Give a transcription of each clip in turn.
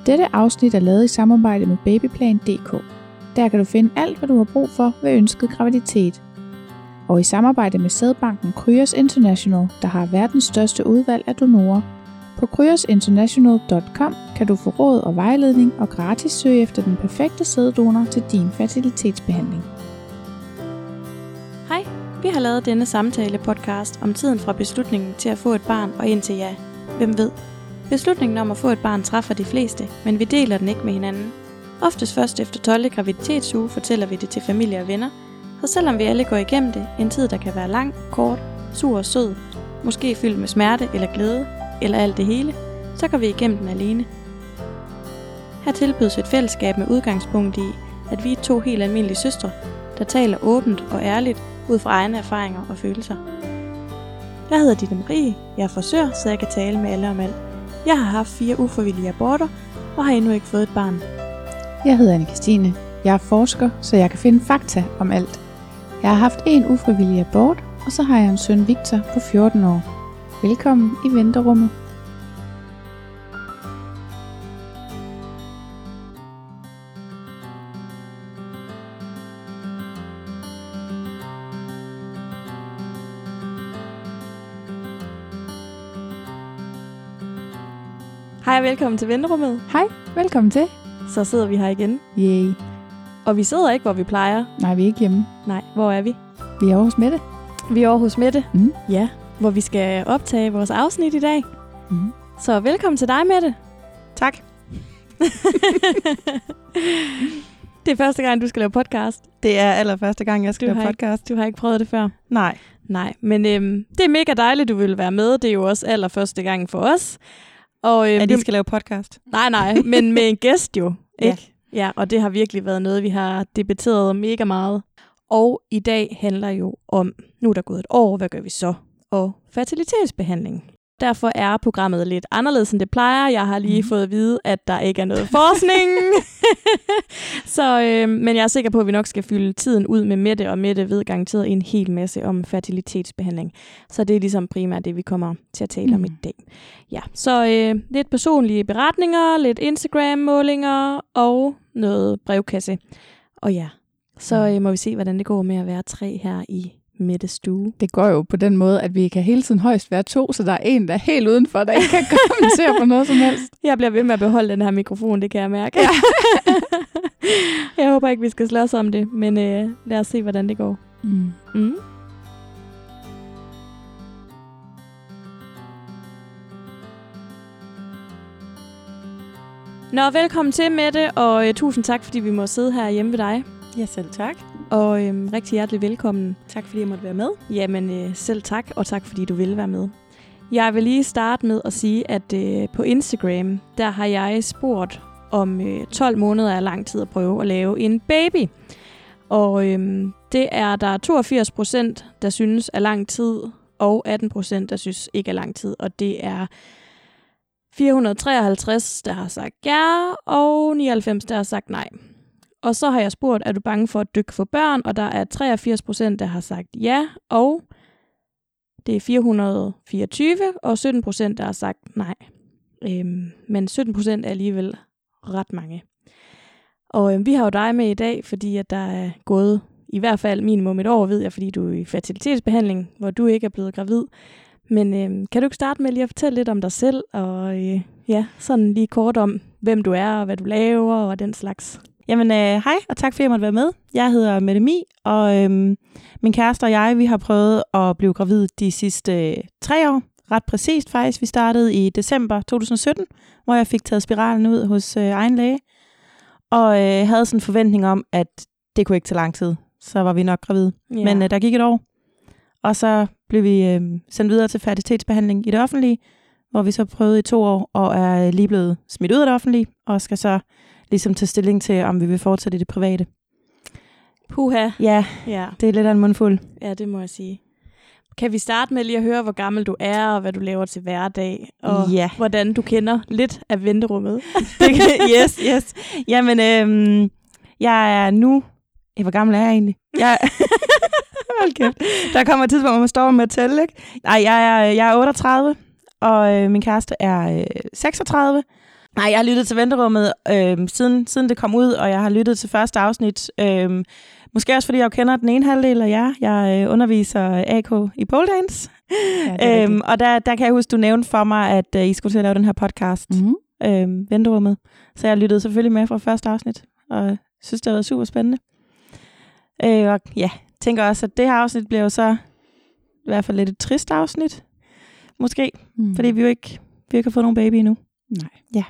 Dette afsnit er lavet i samarbejde med Babyplan.dk. Der kan du finde alt, hvad du har brug for ved ønsket graviditet. Og i samarbejde med sædbanken Kryos International, der har verdens største udvalg af donorer. På kryosinternational.com kan du få råd og vejledning og gratis søge efter den perfekte sæddonor til din fertilitetsbehandling. Hej, vi har lavet denne samtale-podcast om tiden fra beslutningen til at få et barn og indtil ja. Hvem ved? Beslutningen om at få et barn træffer de fleste, men vi deler den ikke med hinanden. Oftest først efter 12. graviditetsuge fortæller vi det til familie og venner, så selvom vi alle går igennem det, en tid der kan være lang, kort, sur og sød, måske fyldt med smerte eller glæde, eller alt det hele, så går vi igennem den alene. Her tilbydes et fællesskab med udgangspunkt i, at vi er to helt almindelige søstre, der taler åbent og ærligt ud fra egne erfaringer og følelser. Jeg hedder Ditte Marie, jeg er frisør, så jeg kan tale med alle om alt. Jeg har haft 4 ufrivillige aborter og har endnu ikke fået et barn. Jeg hedder Anne-Kristine. Jeg er forsker, så jeg kan finde fakta om alt. Jeg har haft 1 ufrivillig abort, og så har jeg en søn Victor på 14 år. Velkommen i venterummet. Hej og velkommen til venterummet. Hej, velkommen til. Så sidder vi her igen. Yay. Og vi sidder ikke, hvor vi plejer. Nej, vi er ikke hjemme. Nej, hvor er vi? Vi er over hos Mette. Vi er over hos Mette. Mm. Ja, hvor vi skal optage vores afsnit i dag. Mm. Så velkommen til dig, Mette. Tak. Det er første gang, du skal lave podcast. Det er allerførste gang, jeg skal lave podcast. Du har ikke prøvet det før? Nej, men det er mega dejligt, du vil være med. Det er jo også allerførste gang for os. Og, at I skal lave podcast? Nej, men med en gæst jo, ikke? Ja, og det har virkelig været noget, vi har debatteret mega meget. Og i dag handler jo om, nu er der gået et år, hvad gør vi så? Og fertilitetsbehandling. Derfor er programmet lidt anderledes, end det plejer. Jeg har lige fået at vide, at der ikke er noget forskning. Men jeg er sikker på, at vi nok skal fylde tiden ud med Mette, og Mette ved garanteret en hel masse om fertilitetsbehandling. Så det er ligesom primært det, vi kommer til at tale om i dag. Ja, så lidt personlige beretninger, lidt Instagram-målinger og noget brevkasse. Og ja, så må vi se, hvordan det går med at være 3 her i Mettes stue. Det går jo på den måde, at vi kan hele tiden højst være 2, så der er en, der er helt udenfor, der ikke kan kommentere på noget som helst. Jeg bliver ved med at beholde den her mikrofon, det kan jeg mærke. Ja. Jeg håber ikke, vi skal slås om det, men lad os se, hvordan det går. Mm. Nå, velkommen til, Mette, og tusind tak, fordi vi må sidde her hjemme ved dig. Ja, selv tak. Og rigtig hjertelig velkommen. Tak, fordi jeg måtte være med. Jamen, selv tak, og tak, fordi du vil være med. Jeg vil lige starte med at sige, at på Instagram, der har jeg spurgt om 12 måneder er lang tid at prøve at lave en baby. Og det er der 82%, der synes er lang tid, og 18%, der synes ikke er lang tid. Og det er 453, der har sagt ja, og 99, der har sagt nej. Og så har jeg spurgt, er du bange for at dykke for børn? Og der er 83%, der har sagt ja, og det er 424, og 17%, der har sagt nej. Men 17% er alligevel ret mange. Og vi har jo dig med i dag, fordi at der er gået i hvert fald minimum et år, ved jeg, fordi du er i fertilitetsbehandling, hvor du ikke er blevet gravid. Men kan du ikke starte med lige at fortælle lidt om dig selv, og sådan lige kort om, hvem du er, og hvad du laver, og den slags? Jamen, hej, og tak fordi jeg måtte være med. Jeg hedder Mette Mi, og min kæreste og jeg, vi har prøvet at blive gravid de sidste 3 år. Ret præcist faktisk. Vi startede i december 2017, hvor jeg fik taget spiralen ud hos egen læge. Og havde sådan en forventning om, at det kunne ikke tage lang tid. Så var vi nok gravide. Ja. Men der gik et år. Og så blev vi sendt videre til fertilitetsbehandling i det offentlige, hvor vi så prøvede i 2 år, og er lige blevet smidt ud af det offentlige, og skal så ligesom tage stilling til, om vi vil fortsætte i det private. Puha. Ja, det er lidt af en mundfuld. Ja, det må jeg sige. Kan vi starte med lige at høre, hvor gammel du er, og hvad du laver til hverdag, og hvordan du kender lidt af venterummet? Yes. Jamen, jeg er nu... Hvor gammel er jeg egentlig? Hold kæft. Der kommer et tidspunkt, hvor man står med at tælle, ikke? Nej, jeg er 38, og min kæreste er 36. Nej, jeg har lyttet til Venterummet siden det kom ud, og jeg har lyttet til første afsnit. Måske også fordi jeg kender den ene halvdel af jer. Jeg underviser AK i pole dance. Ja, og der kan jeg huske, du nævnte for mig, at I skulle til at lave den her podcast, Venterummet. Så jeg lyttede selvfølgelig med fra første afsnit, og synes, det har været super spændende. Og ja, tænker også, at det her afsnit bliver jo så i hvert fald lidt et trist afsnit. Måske, fordi vi ikke har fået nogen baby endnu. Nej. Ja.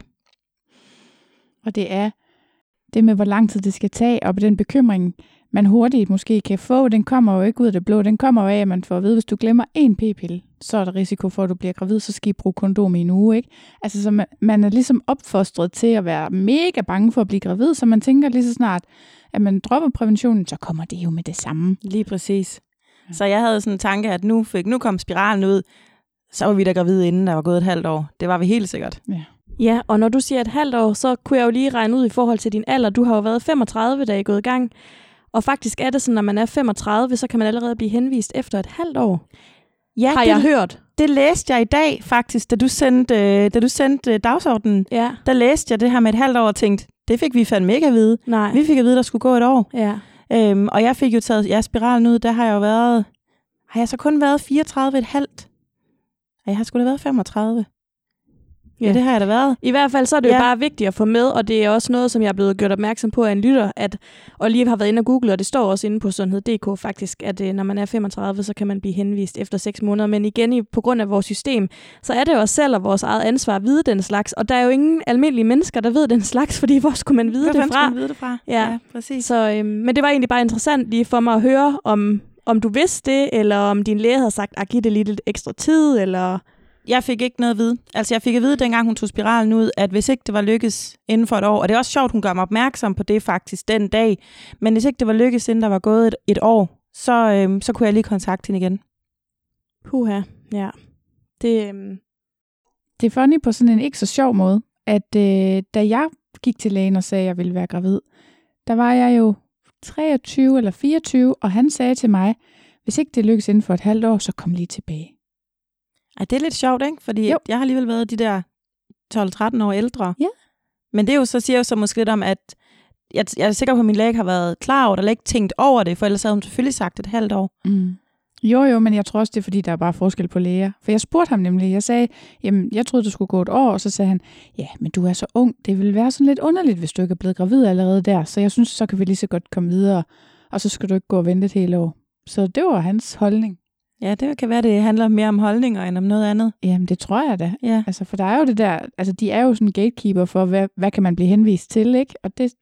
Og det er det med, hvor lang tid det skal tage, og den bekymring, man hurtigt måske kan få, den kommer jo ikke ud af det blå. Den kommer jo af, at man får at vide, hvis du glemmer en p-pille, så er der risiko for, at du bliver gravid, så skal I bruge kondom i en uge, ikke? Altså, så man er ligesom opfostret til at være mega bange for at blive gravid, så man tænker lige så snart, at man dropper præventionen, så kommer det jo med det samme. Lige præcis. Ja. Så jeg havde sådan en tanke, at nu kom spiralen ud, så var vi da gravide, inden der var gået et halvt år. Det var vi helt sikkert. Ja. Ja, og når du siger et halvt år, så kunne jeg jo lige regne ud i forhold til din alder. Du har jo været 35, da I er gået i gang. Og faktisk er det sådan, når man er 35, så kan man allerede blive henvist efter et halvt år. Ja, har jeg hørt. Det læste jeg i dag faktisk, da du sendte dagsordenen. Ja. Der læste jeg det her med et halvt år og tænkte, det fik vi fandme ikke at vide. Nej. Vi fik at vide, der skulle gå et år. Ja. Og jeg fik jo taget spiralen ud, der har jeg jo været... Har jeg så kun været 34,5? Jeg har sgu da været 35. Ja, det har jeg da været. I hvert fald så er det jo bare vigtigt at få med, og det er også noget, som jeg er blevet gjort opmærksom på af en lytter, og lige har været inde og google, og det står også inde på sundhed.dk faktisk, at når man er 35, så kan man blive henvist efter 6 måneder. Men igen, på grund af vores system, så er det jo os selv og vores eget ansvar at vide den slags, og der er jo ingen almindelige mennesker, der ved den slags, fordi hvor skulle man vide det fra? Skulle man vide det fra? Ja, præcis. Så, men det var egentlig bare interessant lige for mig at høre, om du vidste det, eller om din læge havde sagt, giv det lige lidt ekstra tid, eller... Jeg fik ikke noget at vide. Altså, jeg fik at vide, dengang hun tog spiralen ud, at hvis ikke det var lykkes inden for et år, og det er også sjovt, hun gør mig opmærksom på det faktisk den dag, men hvis ikke det var lykkes, inden der var gået et år, så kunne jeg lige kontakte hende igen. Puha, ja. Det er funny på sådan en ikke så sjov måde, at da jeg gik til lægen og sagde, at jeg ville være gravid, der var jeg jo 23 eller 24, og han sagde til mig, hvis ikke det lykkes inden for et halvt år, så kom lige tilbage. Ej, det er lidt sjovt, ikke? Fordi jeg har alligevel været de der 12-13 år ældre. Ja. Men det er jo så, siger jo så måske lidt om, at jeg er sikker på, at min læge har været klar over det, eller ikke tænkt over det, for ellers havde hun selvfølgelig sagt et halvt år. Mm. Jo, men jeg tror også, det er fordi, der er bare forskel på læger. For jeg spurgte ham nemlig, jeg sagde, jamen, jeg troede, det skulle gå et år, og så sagde han, ja, men du er så ung, det vil være sådan lidt underligt, hvis du ikke er blevet gravid allerede der, så jeg synes, så kan vi lige så godt komme videre, og så skal du ikke gå og vente et helt år. Så det var hans holdning. Ja, det kan være, det handler mere om holdninger end om noget andet. Jamen, det tror jeg da. Ja. Altså, for der er jo det der, altså de er jo sådan gatekeeper for, hvad kan man blive henvist til, ikke? Og det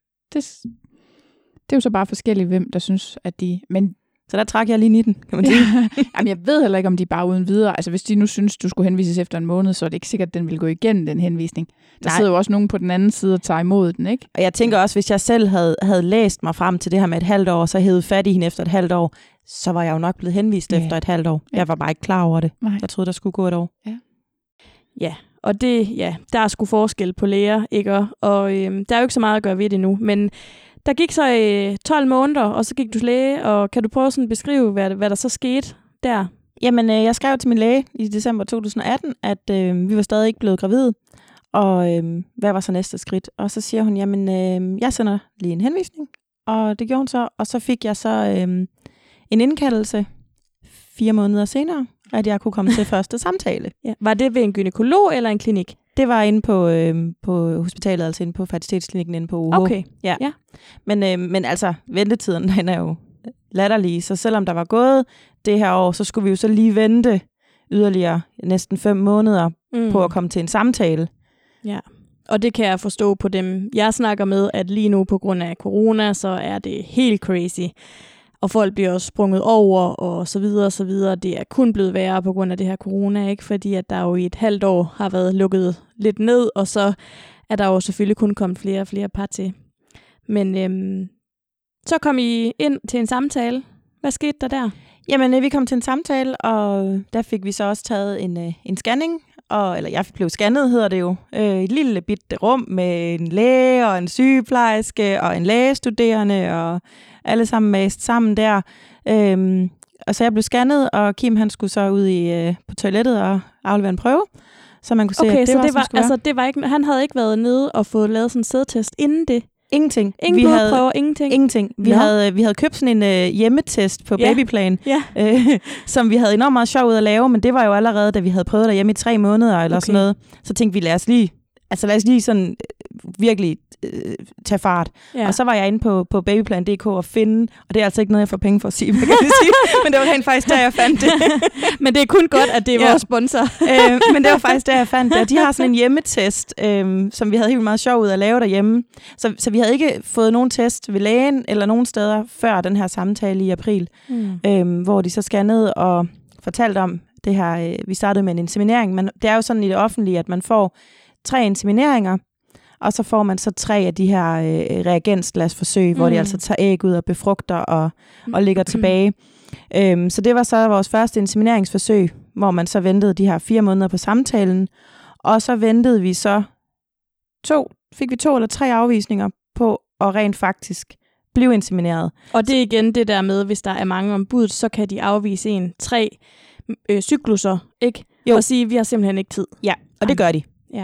er jo så bare forskelligt, hvem der synes, at de... Men så der trak jeg lige 19, kan man sige. Jamen, jeg ved heller ikke, om de bare uden videre. Altså, hvis de nu synes, du skulle henvises efter en måned, så er det ikke sikkert, at den vil gå igennem, den henvisning. Der sidder jo også nogen på den anden side og tager imod den, ikke? Og jeg tænker også, hvis jeg selv havde læst mig frem til det her med et halvt år, så hævede fat i hende efter et halvt år, så var jeg jo nok blevet henvist efter et halvt år. Jeg var bare ikke klar over det. Nej. Jeg troede, der skulle gå et år. Ja, og der er sgu forskel på læger, ikke? Og der er jo ikke så meget at gøre ved det nu, men der gik så 12 måneder, og så gik du til læge, og kan du prøve sådan at beskrive, hvad der så skete der? Jamen, jeg skrev til min læge i december 2018, at vi var stadig ikke blevet gravide, og hvad var så næste skridt? Og så siger hun, jamen, jeg sender lige en henvisning, og det gjorde hun så, og så fik jeg så en indkaldelse 4 måneder senere, at jeg kunne komme til første samtale. Ja. Var det ved en gynekolog eller en klinik? Det var inde på hospitalet, altså inde på fertilitetsklinikken inde på UH. Okay. Ja. Men altså, ventetiden, den er jo latterlig, så selvom der var gået det her år, så skulle vi jo så lige vente yderligere næsten 5 måneder på at komme til en samtale. Ja, og det kan jeg forstå på dem, jeg snakker med, at lige nu på grund af corona, så er det helt crazy. Og folk bliver også sprunget over, og så videre, og så videre. Det er kun blevet værre på grund af det her corona, ikke? Fordi at der jo i et halvt år har været lukket lidt ned, og så er der jo selvfølgelig kun kommet flere og flere par til. Men så kom I ind til en samtale. Hvad skete der? Jamen, vi kom til en samtale, og der fik vi så også taget en scanning. Eller jeg blev scannet, hedder det jo. Et lille bitte rum med en læge og en sygeplejerske og en lægestuderende og alle sammen mast sammen der. Og så jeg blev scannet, og Kim han skulle så ud på toilettet og aflevere en prøve. så man kunne se, okay, at det var, altså, det var ikke, han havde ikke været nede og fået lavet sådan en sædtest inden det? Ingenting. Ingen blodprøver, ingenting? Ingenting. Vi havde købt sådan en hjemmetest på Babyplan, som vi havde enormt meget sjov ud at lave, men det var jo allerede, da vi havde prøvet derhjemme i 3 måneder eller sådan noget. Så tænkte vi, lad os lige sådan virkelig tage fart. Ja. Og så var jeg inde på babyplan.dk og finde, og det er altså ikke noget, jeg får penge for at sige, men det var rent faktisk der, jeg fandt det. Men det er kun godt, at det er vores sponsor. Men det var faktisk der, jeg fandt det. Og de har sådan en hjemmetest, som vi havde helt meget sjov ud at lave derhjemme. Så vi havde ikke fået nogen test ved lægen eller nogen steder før den her samtale i april, hvor de så scannede og fortalte om det her. Vi startede med en inseminering, men det er jo sådan i det offentlige, at man får 3 insemineringer, og så får man så 3 af de her reagensglasforsøg, hvor de altså tager æg ud og befrugter og ligger tilbage. Så det var så vores første insemineringsforsøg, hvor man så ventede de her 4 måneder på samtalen, og så ventede vi så fik vi 2 eller 3 afvisninger på at rent faktisk blive insemineret. Og det er igen det der med, hvis der er mange ombud, så kan de afvise 3 cykluser, ikke? Jo. Og sige, vi har simpelthen ikke tid. Ja, og det gør de. Ja.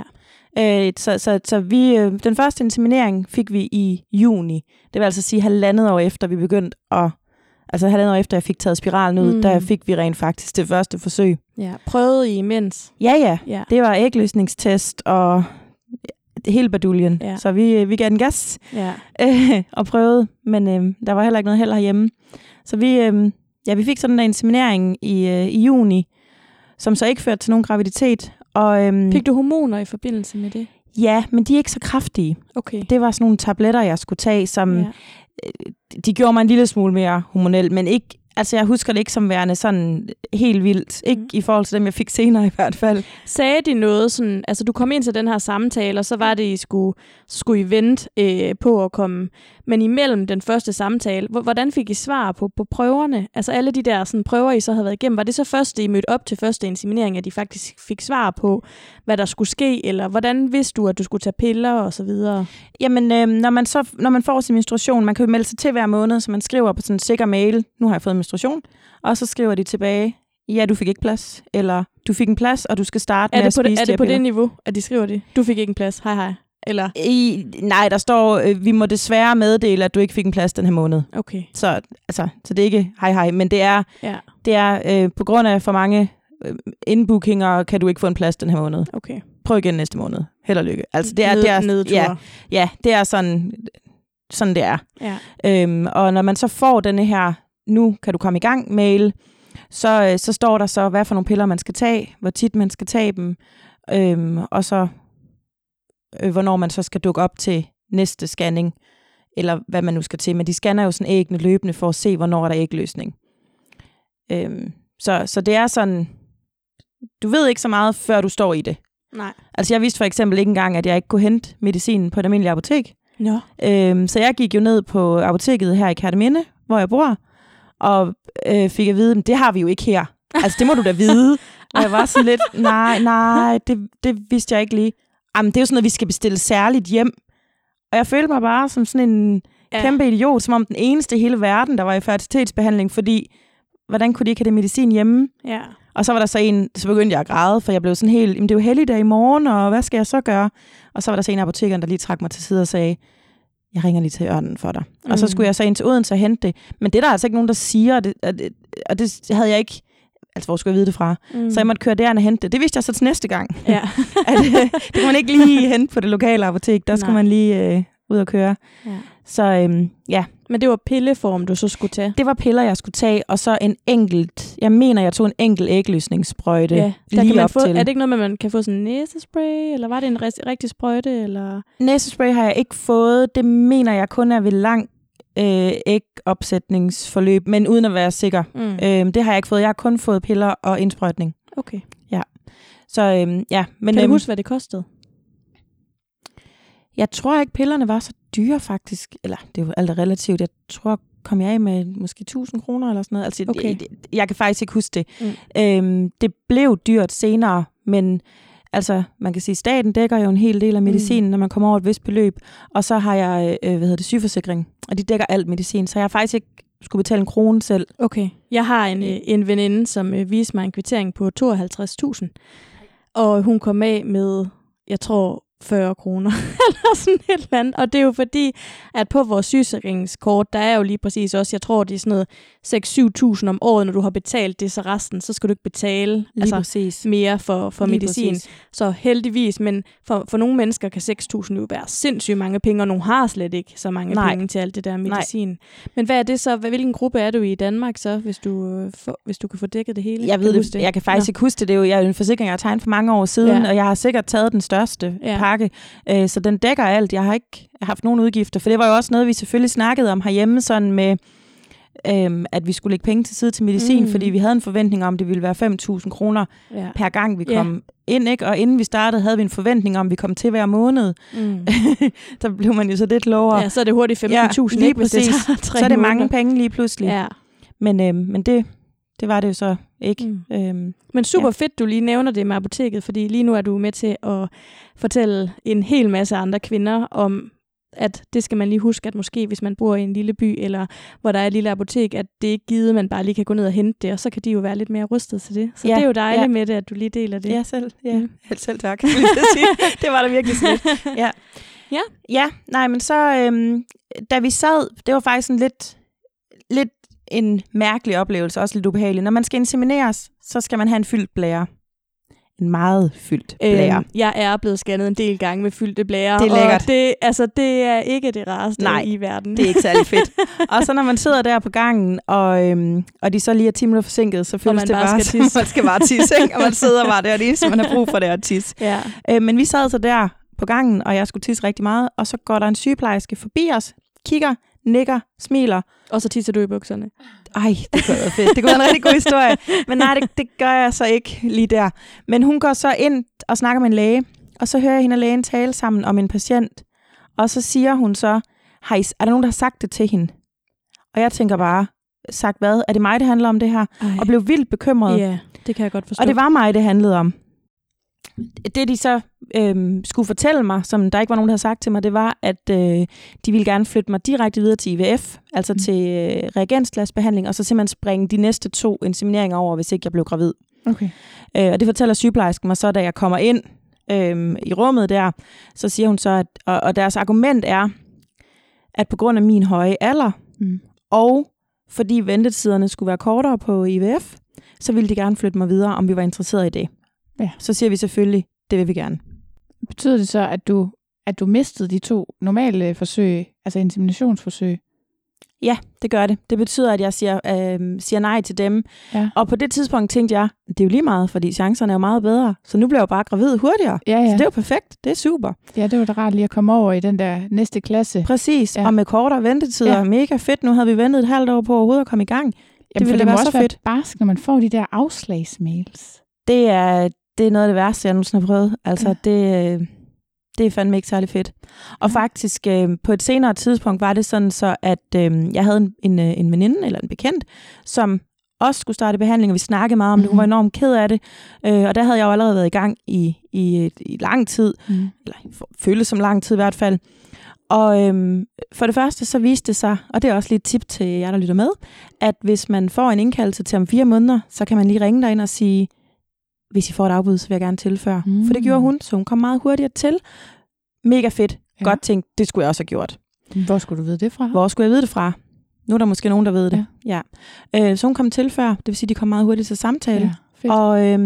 Så vi, den første inseminering fik vi i juni. Det vil altså sige 1,5 år efter vi begyndte altså 1,5 år efter jeg fik taget spiralen ud, der fik vi rent faktisk det første forsøg. Ja, prøvede I imens? Ja. Det var ægløsningstest og hele baduljen. Ja. Så vi gav den gas og prøvede, men der var heller ikke noget held herhjemme. Så vi fik sådan en inseminering i juni, som så ikke førte til nogen graviditet. Og, fik du hormoner i forbindelse med det? Ja, men de er ikke så kraftige. Okay. Det var sådan nogle tabletter, jeg skulle tage, som de gjorde mig en lille smule mere hormonel, men ikke, altså jeg husker det ikke som værende sådan helt vildt. Ikke i forhold til dem, jeg fik senere i hvert fald. Sagde de noget sådan, altså du kom ind til den her samtale, og så var det, I skulle I vente på at komme, men imellem den første samtale, hvordan fik I svar på prøverne? Altså alle de der sådan, prøver, I så havde været igennem, var det så først, I mødte op til første inseminering, at I faktisk fik svar på, hvad der skulle ske, eller hvordan vidste du, at du skulle tage piller og så videre? Jamen, når man får sin menstruation, man kan jo melde sig til hver måned, så man skriver på sådan en sikker mail, nu har jeg fået menstruation, og så skriver de tilbage, ja, du fik ikke plads, eller du fik en plads, og du skal starte med at spise. Er det på det niveau, at de skriver det? Du fik ikke en plads, hej. Eller? Nej, der står, vi må desværre meddele, at du ikke fik en plads den her måned. Okay. Så det er ikke hej, men det er på grund af for mange indbookinger, kan du ikke få en plads den her måned. Okay. Prøv igen næste måned. Held og lykke. Altså det er sådan det er. Ja. Og når man så får denne her, nu kan du komme i gang mail, så står der så, hvad for nogle piller man skal tage, hvor tit man skal tage dem, og så hvornår man så skal dukke op til næste scanning, eller hvad man nu skal til. Men de scanner jo sådan æggene løbende for at se, hvornår er der ægløsning. Så det er sådan, du ved ikke så meget, før du står i det. Nej. Altså jeg vidste for eksempel ikke engang, at jeg ikke kunne hente medicinen på et almindeligt apotek. Ja. Så jeg gik jo ned på apoteket her i Kerteminde, hvor jeg bor, og fik at vide, det har vi jo ikke her. Altså det må du da vide. Og jeg var sådan lidt, nej, det vidste jeg ikke lige. Jamen, det er jo sådan noget, vi skal bestille særligt hjem. Og jeg følte mig bare som sådan en kæmpe idiot, som om den eneste i hele verden, der var i fertilitetsbehandling, fordi hvordan kunne de ikke have det medicin hjemme? Ja. Og så var der så begyndte jeg at græde, for jeg blev sådan helt, det er jo helligdag i morgen, og hvad skal jeg så gøre? Og så var der så en af apotekeren, der lige trak mig til side og sagde, jeg ringer lige til Ørnen for dig. Og så skulle jeg så ind til Odense og hente det. Men det er der altså ikke nogen, der siger, og det havde jeg ikke. Altså, hvor skulle jeg vide det fra? Så jeg måtte køre derind og hente det. Det vidste jeg så til næste gang. Ja. Det kunne man ikke lige hente på det lokale apotek. Der skulle man lige ud og køre. Ja. Så Men det var pilleform, du så skulle tage? Det var piller, jeg skulle tage, og så jeg tog en enkelt ægløsningssprøjte lige op til. Er det ikke noget med, man kan få sådan en næsespray, eller var det en rigtig sprøjte? Eller? Næsespray har jeg ikke fået. Det mener jeg kun er ved lang ægopsætningsforløb, men uden at være sikker. Det har jeg ikke fået. Jeg har kun fået piller og indsprøjtning. Okay. Ja. Så men kan du huske, hvad det kostede? Jeg tror ikke, pillerne var så dyre faktisk. Eller, det er jo alt relativt. Jeg tror, kom jeg af med måske 1.000 kroner eller sådan noget. Altså, okay. Jeg kan faktisk ikke huske det. Det blev dyrt senere, men altså, man kan sige, staten dækker jo en hel del af medicinen, når man kommer over et vist beløb. Og så har jeg, sygeforsikring, og de dækker alt medicin. Så jeg har faktisk ikke skulle betale en krone selv. Okay. Jeg har en veninde, som viste mig en kvittering på 52.000. og hun kom af med, jeg tror, 40 kroner, eller sådan et eller andet. Og det er jo fordi, at på vores sygesikringskort, der er jo lige præcis også, jeg tror, det er sådan noget 6-7.000 om året, når du har betalt det, så resten, så skal du ikke betale mere for medicin. Præcis. Så heldigvis, men for nogle mennesker kan 6.000 jo være sindssygt mange penge, og nogle har slet ikke så mange penge til alt det der medicin. Nej. Men hvad er det så? Hvilken gruppe er du i Danmark så, hvis du kan få dækket det hele? Jeg ved det. Jeg kan faktisk ikke huske det. Det er jo en forsikring, jeg har tegnet for mange år siden, og jeg har sikkert taget den største pakke. Så den dækker alt. Jeg har ikke haft nogen udgifter, for det var jo også noget, vi selvfølgelig snakkede om herhjemme, sådan med, at vi skulle lægge penge til side til medicin, fordi vi havde en forventning om, det ville være 5.000 kroner per gang, vi kom ind, ikke? Og inden vi startede, havde vi en forventning om, vi kom til hver måned. Der blev man jo så lidt lovere. Ja, så er det hurtigt 15.000, lige præcis. Så er det mange penge lige pludselig. Ja. Men det var det jo så ikke. Men super fedt, du lige nævner det med apoteket, fordi lige nu er du med til at fortælle en hel masse andre kvinder om, at det skal man lige huske, at måske hvis man bor i en lille by, eller hvor der er et lille apotek, at det ikke givet, man bare lige kan gå ned og hente det, og så kan de jo være lidt mere rustet til det. Så det er jo dejligt med det, at du lige deler det. Ja, selv tak. Det var da virkelig slet. Ja, nej, men så, da vi sad, det var faktisk en lidt en mærkelig oplevelse, også lidt ubehagelig. Når man skal insemineres, så skal man have en fyldt blære. En meget fyldt blære. Jeg er blevet scannet en del gange med fyldte blære. Det er lækkert. Og det er ikke det rareste i verden. Det er ikke særlig fedt. Og så når man sidder der på gangen, og de så lige er 10 minutter forsinket, så føles det bare, som man skal bare tisse, ikke? Og man sidder bare der lige, så man har brug for det at tisse. Ja. Men vi sad så der på gangen, og jeg skulle tisse rigtig meget, og så går der en sygeplejerske forbi os, kigger, nikker, smiler. Og så tisser du i bukserne. Ej, det kunne være fedt. Det kunne være en rigtig god historie. Men nej, det gør jeg så ikke lige der. Men hun går så ind og snakker med en læge, og så hører jeg hende og lægen tale sammen om en patient. Og så siger hun så, er der nogen, der har sagt det til hende? Og jeg tænker bare, sagt hvad? Er det mig, det handler om det her? Og blev vildt bekymret. Ja, det kan jeg godt forstå. Og det var mig, det handlede om. Det, de så skulle fortælle mig, som der ikke var nogen, der havde sagt til mig, det var, at de ville gerne flytte mig direkte videre til IVF, altså til reagensglasbehandling, og så simpelthen springe de næste 2 insemineringer over, hvis ikke jeg blev gravid. Okay. Og det fortæller sygeplejersken mig så, da jeg kommer ind i rummet der, så siger hun så, at og deres argument er, at på grund af min høje alder, og fordi ventetiderne skulle være kortere på IVF, så ville de gerne flytte mig videre, om vi var interesseret i det. Ja. Så siger vi selvfølgelig, det vil vi gerne. Betyder det så, at du mistede de 2 normale forsøg, altså inseminationsforsøg? Ja, det gør det. Det betyder, at jeg siger nej til dem. Ja. Og på det tidspunkt tænkte jeg, det er jo lige meget, fordi chancerne er jo meget bedre. Så nu bliver jeg jo bare gravid hurtigere. Ja. Så det er jo perfekt. Det er super. Ja, det var da rart lige at komme over i den der næste klasse. Præcis, og med kortere ventetider. Ja. Mega fedt. Nu havde vi ventet et halvt år på overhovedet at komme i gang. Det ville være så fedt. Barsk, når man får de der afslagsmails. Det er noget af det værste, jeg nogensinde har prøvet. Altså, det er fandme ikke særlig fedt. Og faktisk, på et senere tidspunkt var det sådan så, at jeg havde en veninde, eller en bekendt, som også skulle starte behandling, og vi snakkede meget om det. Hun var enormt ked af det. Og der havde jeg jo allerede været i gang i lang tid, eller føltes som lang tid i hvert fald. Og for det første, så viste det sig, og det er også lige et tip til jer, der lytter med, at hvis man får en indkaldelse til om 4 måneder, så kan man lige ringe derind og sige, hvis I får et afbud, så vil jeg gerne tilføre. For det gjorde hun, så hun kom meget hurtigere til. Mega fedt. Ja. Godt tænkt, det skulle jeg også have gjort. Hvor skulle du vide det fra? Hvor skulle jeg vide det fra? Nu er der måske nogen, der ved det. Ja. Så hun kom til før, det vil sige, de kom meget hurtigt til samtale. Ja,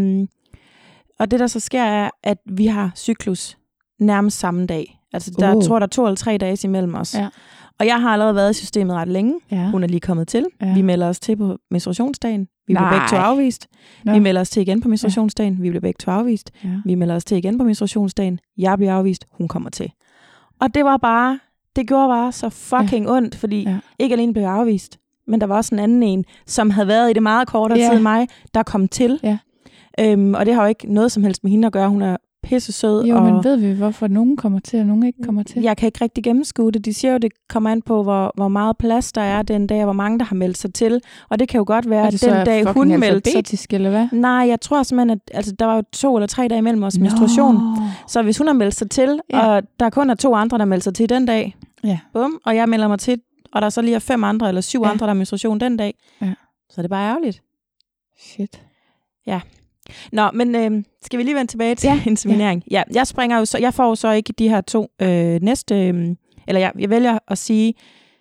og det, der så sker, er, at vi har cyklus nærmest samme dag. Altså, jeg tror, der er 2 eller 3 dage imellem os. Ja. Og jeg har allerede været i systemet ret længe. Ja. Hun er lige kommet til. Ja. Vi melder os til på menstruationsdagen. Vi bliver begge 2 afvist. Nå. Vi melder os til igen på menstruationsdagen. Vi bliver begge 2 afvist. Ja. Vi melder os til igen på menstruationsdagen. Jeg bliver afvist. Hun kommer til. Og det gjorde bare så fucking ondt, fordi ikke alene blev jeg afvist, men der var også en anden en, som havde været i det meget kortere tid end mig, der kom til. Ja. Og det har jo ikke noget som helst med hende at gøre. Hun er pisse sød. Jo, men ved vi, hvorfor nogen kommer til, og nogen ikke kommer til? Jeg kan ikke rigtig gennemskue det. De siger jo, det kommer an på, hvor meget plads der er den dag, og hvor mange der har meldt sig til. Og det kan jo godt være, at den dag hun meldte sig... eller hvad? Nej, jeg tror simpelthen, at der var jo 2 eller 3 dage imellem os menstruation. Så hvis hun har meldt sig til, og der kun er 2 andre, der melder sig til den dag, bum, og jeg melder mig til, og der så lige er 5 andre eller 7 andre, der har menstruation den dag, så er det bare ærgerligt. Shit. Ja. Nå, men skal vi lige vende tilbage til inseminering? Ja, jeg får jo så ikke de her 2 næste, eller jeg vælger at sige,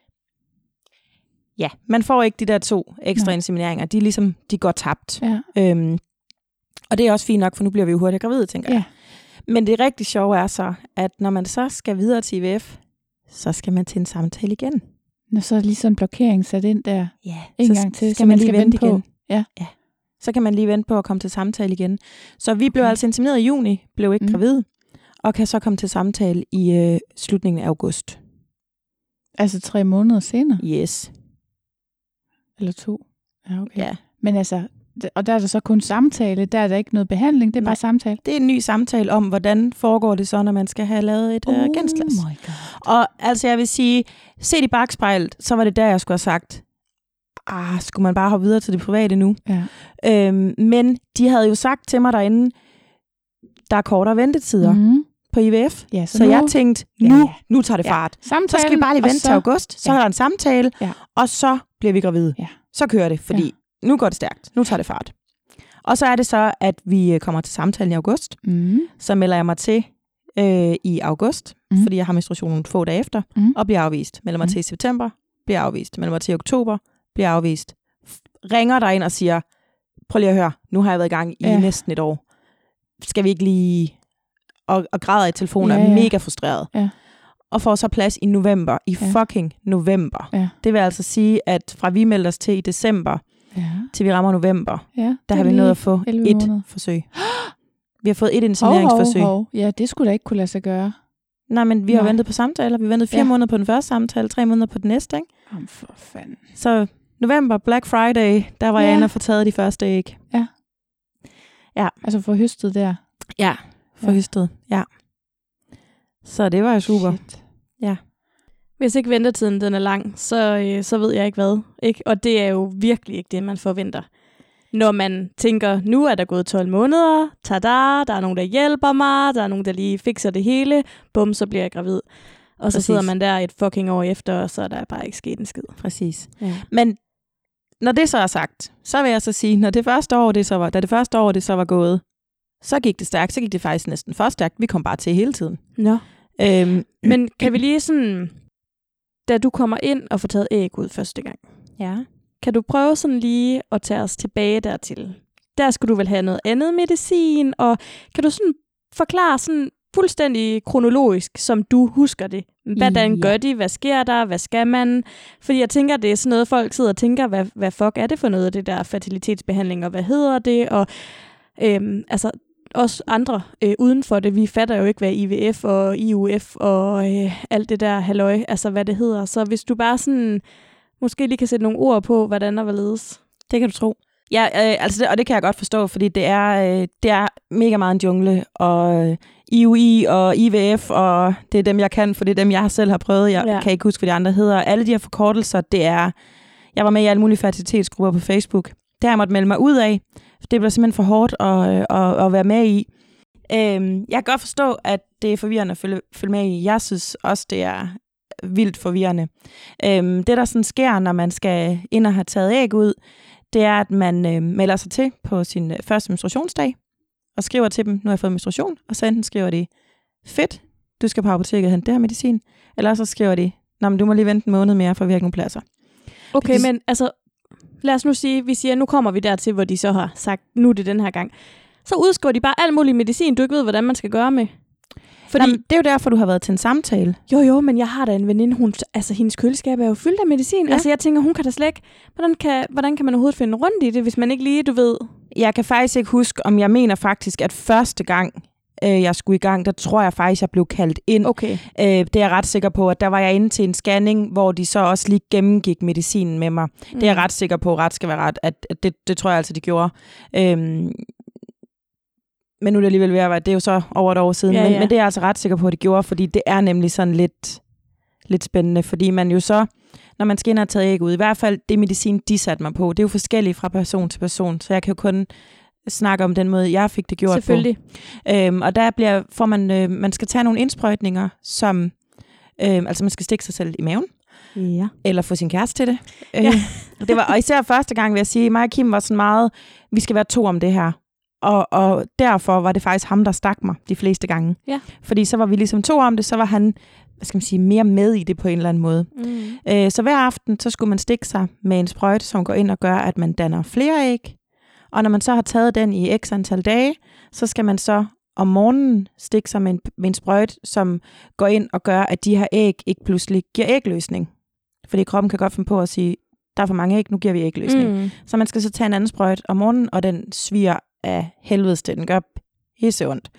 ja, man får ikke de der 2 ekstra insemineringer. De er ligesom, de går tabt. Ja. Og det er også fint nok, for nu bliver vi jo hurtigt gravide, tænker jeg. Men det rigtig sjove er så, at når man så skal videre til IVF, så skal man til en samtale igen. Når så er lige sådan en blokering sat ind der. Ja, en gang til, så man lige vente på. Ja. Så kan man lige vente på at komme til samtale igen. Så vi blev altså insemineret i juni, blev ikke gravid, og kan så komme til samtale i slutningen af august. Altså 3 måneder senere? Yes. Eller 2? Ja, okay. Ja. Men altså, og der er der så kun samtale, der er der ikke noget behandling, det er bare samtale? Det er en ny samtale om, hvordan foregår det så, når man skal have lavet et genslas. Oh my God. Og altså jeg vil sige, set i bakspejlet, så var det der, jeg skulle have sagt, skulle man bare hoppe videre til det private nu? Ja. Men de havde jo sagt til mig derinde, der er kortere ventetider på IVF. Ja, så jeg tænkte, nu tager det fart. Samtalen, så skal vi bare lige vente til august, så er der en samtale, og så bliver vi gravide. Ja. Så kører det, fordi nu går det stærkt. Nu tager det fart. Og så er det så, at vi kommer til samtalen i august. Så melder jeg mig til i august, fordi jeg har menstruation få dage efter, og bliver afvist. Melder mig til i september, bliver afvist. Melder mig til i oktober, bliver afvist. Ringer der ind og siger, prøv lige at høre, nu har jeg været i gang i næsten et år. Skal vi ikke lige... Og græder i telefonen, er mega frustreret. Ja. Og får så plads i november. I fucking november. Ja. Det vil altså sige, at fra vi melder os til i december, til vi rammer november, der har vi nået at få 1 forsøg. Vi har fået 1 insemineringsforsøg. Ja, det skulle da ikke kunne lade sig gøre. Nej, men vi har ventet på samtaler. Vi har ventet 4 måneder på den første samtale, 3 måneder på den næste, ikke? For fanden. Så november, Black Friday, der var jeg inde og få taget de første æg. Ja. Ja. Altså for høstet der. Ja, for høstet. Ja. Så det var jo super. Shit. Ja. Hvis ikke ventetiden den er lang, så ved jeg ikke hvad. Ikke? Og det er jo virkelig ikke det, man forventer. Når man tænker, nu er der gået 12 måneder, tada, der er nogen, der hjælper mig, der er nogen, der lige fikser det hele, bum, så bliver jeg gravid. Og så sidder man der et fucking år efter, og så er der bare ikke sket en skid. Præcis. Ja. Men når det så er sagt, så vil jeg så sige, når det første år, da det første år det så var gået, så gik det stærkt, så gik det faktisk næsten for stærkt. Vi kom bare til hele tiden. Nå. Men kan vi lige sådan, da du kommer ind og får taget æg ud første gang, kan du prøve sådan lige at tage os tilbage dertil? Der skulle du vel have noget andet medicin, og kan du sådan forklare sådan fuldstændig kronologisk, som du husker det? Hvordan gør de? Hvad sker der? Hvad skal man? Fordi jeg tænker, det er sådan noget, folk sidder og tænker, hvad fuck er det for noget, det der fertilitetsbehandling, og hvad hedder det? Og altså også andre uden for det. Vi fatter jo ikke, hvad IVF og IUF og alt det der halløj, altså hvad det hedder. Så hvis du bare sådan måske lige kan sætte nogle ord på, hvordan og hvorledes. Det kan du tro. Ja, og det kan jeg godt forstå, fordi det er mega meget en jungle, og IUI og IVF, og det er dem, jeg kan, for det er dem, jeg selv har prøvet. Jeg kan ikke huske, hvad de andre hedder. Alle de her forkortelser, jeg var med i alle mulige fertilitetsgrupper på Facebook. Det har jeg måtte melde mig ud af. Det blev simpelthen for hårdt at være med i. Jeg kan godt forstå, at det er forvirrende at følge med i. Jeg synes også, det er vildt forvirrende. Det, der sådan sker, når man skal ind og have taget æg ud, det er, at man melder sig til på sin første menstruationsdag, og skriver til dem, nu har jeg fået menstruation, og så enten skriver de, fedt, du skal på apoteket og hente det her medicin, eller så skriver de, nå, men du må lige vente en måned mere, for vi har ikke nogen pladser. Okay, men altså, lad os nu sige, vi siger, nu kommer vi dertil, hvor de så har sagt, nu er det den her gang. Så udskriver de bare alt mulig medicin, du ikke ved, hvordan man skal gøre med. Fordi det er jo derfor, du har været til en samtale. Jo, men jeg har da en veninde, hendes køleskab er jo fyldt af medicin. Ja. Altså jeg tænker, hun kan da slet ikke, hvordan kan man overhovedet finde rundt i det, hvis man ikke lige, du ved. Jeg kan faktisk ikke huske, om jeg mener faktisk, at første gang, jeg skulle i gang, der tror jeg faktisk, jeg blev kaldt ind. Okay. Det er jeg ret sikker på, at der var jeg inde til en scanning, hvor de så også lige gennemgik medicinen med mig. Det er jeg ret sikker på, ret skal være ret, at det tror jeg altså, de gjorde. Men nu er det alligevel ved at være, det er jo så over et år siden, men det er jeg altså ret sikker på, at det gjorde, fordi det er nemlig sådan lidt spændende, fordi man jo så, når man skal ind og have taget æg ud, i hvert fald det medicin, de satte mig på, det er jo forskelligt fra person til person, så jeg kan jo kun snakke om den måde, jeg fik det gjort selvfølgelig på. Og der får man skal tage nogle indsprøjtninger, som, altså man skal stikke sig selv i maven, eller få sin kæreste til det. Det var, og især første gang vil jeg sige, mig og Kim var sådan meget, vi skal være 2 om det her. Og derfor var det faktisk ham, der stak mig de fleste gange. Ja. Fordi så var vi ligesom to om det, så var han, mere med i det på en eller anden måde. Så hver aften, så skulle man stikke sig med en sprøjte, som går ind og gør, at man danner flere æg. Og når man så har taget den i x antal dage, så skal man så om morgenen stikke sig med en sprøjte, som går ind og gør, at de her æg ikke pludselig giver ægløsning. Fordi kroppen kan godt finde på at sige, der er for mange æg, nu giver vi ægløsning. Så man skal så tage en anden sprøjte om morgenen, og den sviger af helvedes til. Den gør pisseondt.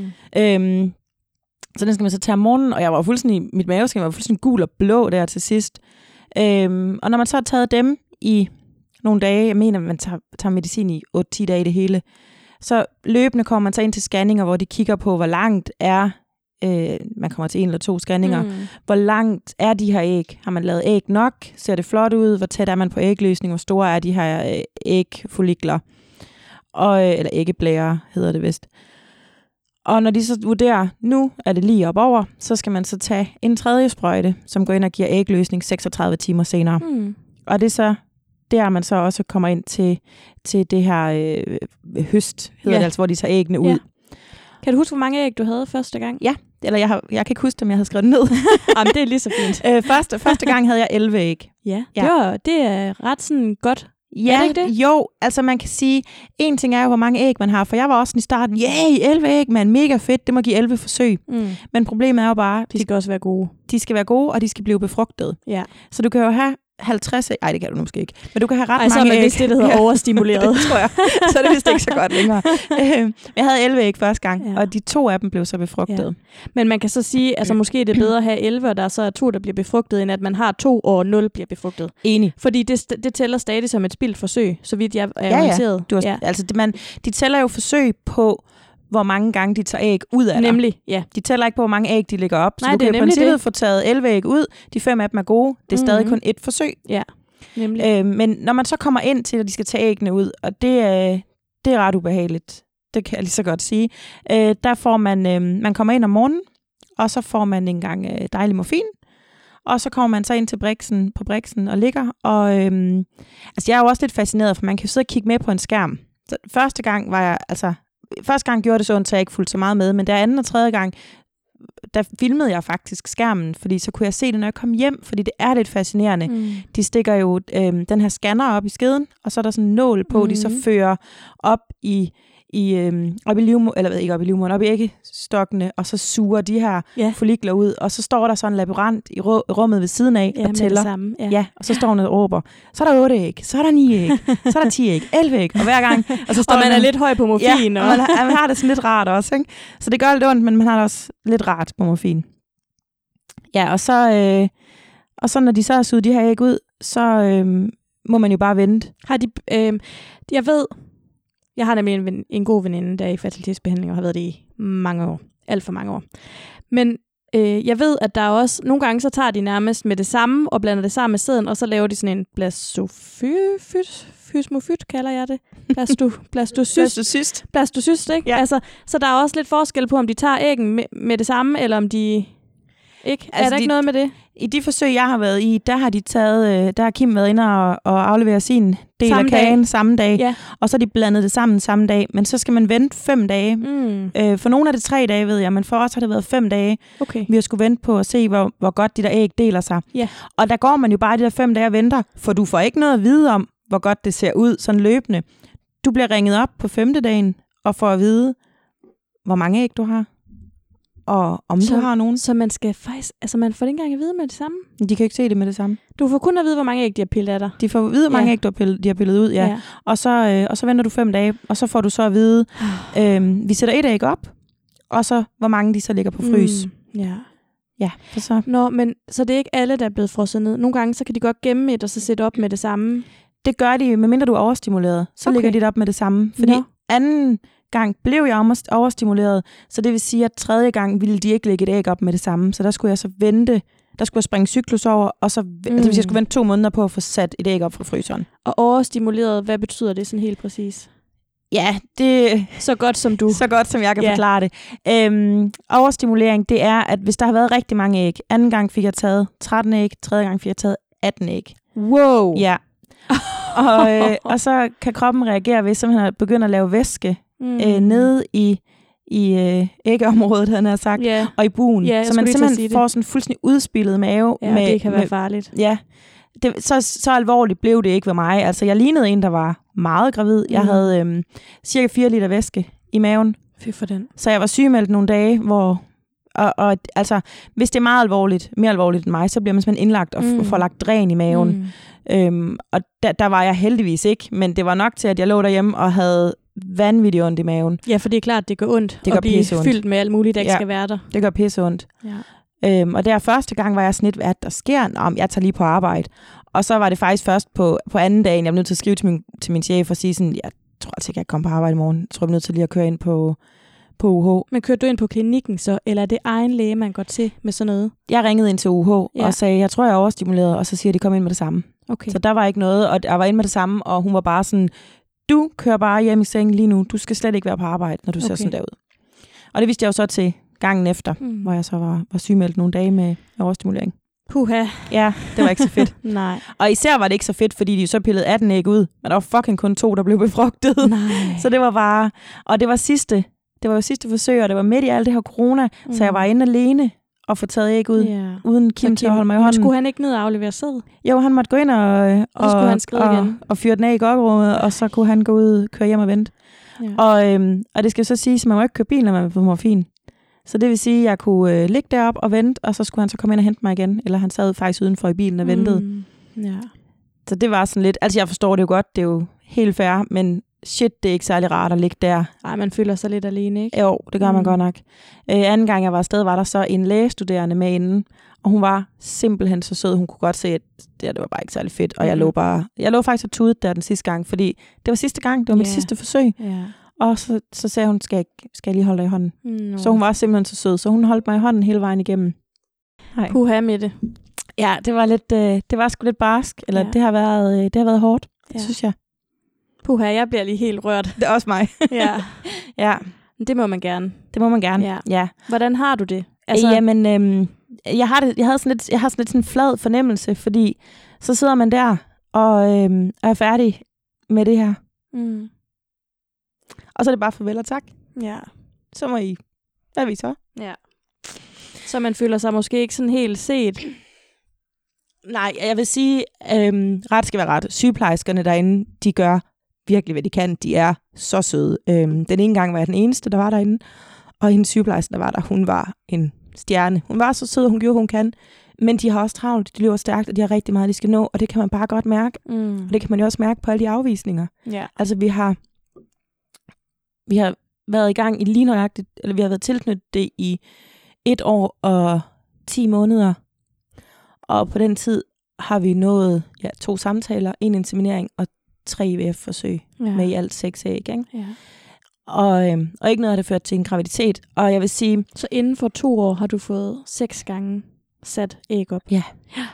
Så den skal man så tage om morgenen, og jeg var fuldstændig, mit maveskin var fuldstændig gul og blå der til sidst. Og når man så har taget dem i nogle dage, jeg mener, man tager medicin i 8-10 dage i det hele, så løbende kommer man så ind til scanninger, hvor de kigger på, hvor langt er, man kommer til 1 eller 2 scanninger, hvor langt er de her æg? Har man lavet æg nok? Ser det flot ud? Hvor tæt er man på ægløsning? Hvor store er de her ægfollikler? Eller æggeblære hedder det vist. Og når de så vurderer, nu er det lige op over, så skal man så tage en tredje sprøjte, som går ind og giver ægløsning 36 timer senere. Og det er så der, man så også kommer ind til det her høst, hedder det altså, hvor de tager æggene ud. Kan du huske, hvor mange æg du havde første gang? Ja, eller jeg kan ikke huske dem, jeg havde skrevet ned. Jamen, det er lige så fint. Første gang havde jeg 11 æg. Ja. Det er ret sådan godt. Ja, er det ikke det? Jo, altså man kan sige, en ting er jo, hvor mange æg man har, for jeg var også i starten, 11 æg, man, mega fedt, det må give 11 forsøg. Men problemet er jo bare, de skal også være gode. De skal være gode, og de skal blive befrugtet. Ja. Så du kan jo have 50 æg. Ej, det kan du måske ikke. Men du kan have ret mange æg. Så er man vist det, der hedder overstimuleret. Det tror jeg. Så er det vist ikke så godt længere. Jeg havde 11 æg første gang, og de 2 af dem blev så befrugtet. Ja. Men man kan så sige, altså måske er det bedre at have 11, og der så er 2, der bliver befrugtet, end at man har 2 og 0 bliver befrugtet. Enig. Fordi det tæller stadig som et spildt forsøg, så vidt jeg er orienteret. Altså, de tæller jo forsøg på, hvor mange gange de tager æg ud af dig. Nemlig, ja. De tæller ikke på, hvor mange æg de lægger op. Så nej, du kan i princippet få taget 11 æg ud. De 5 af dem er gode. Det er stadig kun et forsøg. Ja, nemlig. Men når man så kommer ind til, at de skal tage æggene ud, og det er ret ubehageligt. Det kan jeg lige så godt sige. Der får man kommer ind om morgenen, og så får man en gang dejlig morfin. Og så kommer man så ind til på briksen og ligger. Og altså jeg er jo også lidt fascineret, for man kan jo sidde og kigge med på en skærm. Så første gang gjorde det så ondt, så jeg ikke fulgte så meget med, men der anden og tredje gang, der filmede jeg faktisk skærmen, fordi så kunne jeg se det, når jeg kom hjem, fordi det er lidt fascinerende. De stikker jo den her scanner op i skeden, og så er der sådan en nål på, de så fører op i æggestokkene, og så suger de her follikler ud, og så står der sådan en labyrint i rummet ved siden af og tæller. Samme, og så står hun og råber, så er der 8 æg, så er der 9 æg, så er der 10 æg, 11 æg, og hver gang. Og, så står og man er lidt høj på morfin. Ja, og man har det sådan lidt rart også, ikke? Så det gør lidt ondt, men man har det også lidt rart på morfin. Ja, og så når de så har suget de her æg ud, så må man jo bare vente. Har de, jeg har nemlig en god veninde, der er i fertilitetsbehandling, og har været det i mange år. Alt for mange år. Men jeg ved, at der også nogle gange, så tager de nærmest med det samme, og blander det sammen med sæden, og så laver de sådan en blastofysmofyt, kalder jeg det. Blastocyst, ikke? Ja. Altså, så der er også lidt forskel på, om de tager æggen med det samme, eller om de ikke. Altså, er der ikke noget med det? I de forsøg, jeg har været i, der har Kim været inde og aflevere sin del samme af kagen dag. Samme dag, og så er de blandet det sammen samme dag, men så skal man vente 5 dage. For nogle er det 3 dage, ved jeg, men for os har det været 5 dage. Okay. Vi har skulle vente på at se, hvor godt de der æg deler sig. Yeah. Og der går man jo bare de der 5 dage og venter, for du får ikke noget at vide om, hvor godt det ser ud sådan løbende. Du bliver ringet op på 5. dagen og får at vide, hvor mange æg du har. Og om du har nogen. Så man skal faktisk, altså man får ikke engang at vide med det samme? De kan ikke se det med det samme. Du får kun at vide, hvor mange æg de har pillet af dig. De får at vide, hvor mange æg de har pillet ud, ja. Og så venter du 5 dage, og så får du så at vide, vi sætter 1 æg op, og så hvor mange de så ligger på frys. Ja, så. Nå, men så det er ikke alle, der er blevet frosset ned. Nogle gange, så kan de godt gemme et, og så sætte op med det samme. Det gør de, medmindre du er overstimuleret. Så ligger de op med det samme. Fordi anden gang blev jeg overstimuleret, så det vil sige, at 3. gang ville de ikke lægge et æg op med det samme. Så der skulle jeg så vente. Der skulle jeg springe cyklus over, og så altså, hvis jeg skulle vente 2 måneder på at få sat et æg op fra fryseren. Og overstimuleret, hvad betyder det sådan helt præcis? Ja, det... Så godt som du. Så godt som jeg kan forklare det. Overstimulering, det er, at hvis der har været rigtig mange æg, anden gang fik jeg taget 13 æg, 3. gang fik jeg taget 18 æg. Wow! Ja. Og så kan kroppen reagere ved simpelthen at begynde at lave væske nede i æggeområdet, havde jeg sagt, og i bugen. Ja, så man simpelthen får sådan en fuldstændig udspillet mave. Ja, det kan være farligt. Ja, så alvorligt blev det ikke ved mig. Altså, jeg lignede en, der var meget gravid. Jeg havde cirka 4 liter væske i maven. Fy for den. Så jeg var sygemeldt nogle dage, hvor... Og altså, hvis det er meget alvorligt, mere alvorligt end mig, så bliver man simpelthen indlagt og får lagt dræn i maven. Og der var jeg heldigvis ikke, men det var nok til, at jeg lå derhjemme og havde vanvittigt ondt i maven. Ja, for det er klart, det gør ondt at blive fyldt med alt muligt, der ikke skal være der. Det gør pisse ondt. Ja. Og der første gang var jeg sådan lidt, hvad der sker? Jeg tager lige på arbejde. Og så var det faktisk først på anden dagen, jeg var nødt til at skrive til min chef og sige sådan, jeg tror altså ikke, jeg kommer på arbejde i morgen. Jeg tror, jeg er nødt til lige at køre ind på UH. Men kørte du ind på klinikken så, eller er det egen læge, man går til med sådan noget? Jeg ringede ind til UH og sagde, jeg tror, jeg er overstimuleret, og så siger de, kom ind med det samme. Okay. Så der var ikke noget, og jeg var inde med det samme, og hun var bare sådan, du kører bare hjem i sengen lige nu, du skal slet ikke være på arbejde, når du ser sådan der ud. Og det vidste jeg jo så til gangen efter, hvor jeg så var sygemeldt nogle dage med overstimulering. Puha. Ja, det var ikke så fedt. Nej. Og især var det ikke så fedt, fordi de så pillede 18 æg ud, men der var fucking kun 2, der blev befrugtet. Nej. Så det var bare, og det var jo sidste forsøg, og det var midt i alt det her corona, så jeg var inde alene og få taget æg ud, uden Kim til at holde mig i hånden. Skulle han ikke ned og aflevere sæd? Jo, han måtte gå ind og skulle han skride igen. Og fyre den af i gokkerummet, og så kunne han gå ud, køre hjem og vente. Ja. Og det skal så sige, at man må ikke køre bil, når man er på morfin. Så det vil sige, at jeg kunne ligge derop og vente, og så skulle han så komme ind og hente mig igen. Eller han sad faktisk udenfor i bilen og ventede. Ja. Så det var sådan lidt, altså jeg forstår det jo godt, det er jo helt fair, men shit, det er ikke særlig rart at ligge der. Nej, man føler sig lidt alene, ikke? Jo, det gør man godt nok. Anden gang jeg var afsted, var der så en lægestuderende med inden, og hun var simpelthen så sød. Hun kunne godt se, at det var bare ikke særlig fedt, og jeg lå faktisk og tudede der den sidste gang, fordi det var sidste gang, det var mit sidste forsøg. Yeah. Og så sagde hun, skal jeg lige holde dig i hånden? No. Så hun var simpelthen så sød, så hun holdt mig i hånden hele vejen igennem. Hej. Puha med det. Ja, det var lidt, det var sgu lidt barsk, eller det har været hårdt, synes jeg. Puha, jeg bliver lige helt rørt. Det er også mig. Ja. Ja. Det må man gerne. Det må man gerne, ja. Hvordan har du det? Altså... Jamen, jeg har sådan lidt sådan en flad fornemmelse, fordi så sidder man der og er færdig med det her. Mm. Og så er det bare farvel og tak. Ja. Så må I... Hvad er vi så? Ja. Så man føler sig måske ikke sådan helt set. Nej, jeg vil sige, ret skal være ret. Sygeplejerskerne derinde, de gør virkelig, hvad de kan. De er så søde. Den ene gang var jeg den eneste, der var derinde. Og hendes sygeplejerske, der var der, hun var en stjerne. Hun var så sød, og hun gjorde, hun kan. Men de har også travlt, de løber stærkt, og de har rigtig meget, de skal nå. Og det kan man bare godt mærke. Og det kan man jo også mærke på alle de afvisninger. Ja. Altså, vi har været i gang i lige nøjagtigt, eller vi har været tilknyttet det i 1 år og 10 måneder. Og på den tid har vi nået 2 samtaler, 1 inseminering og 3 IVF-forsøg med i alt 6 æg. Ikke? Ja. Og ikke noget af det ført til en graviditet. Og jeg vil sige... Så inden for 2 år har du fået 6 gange sat æg op? Ja.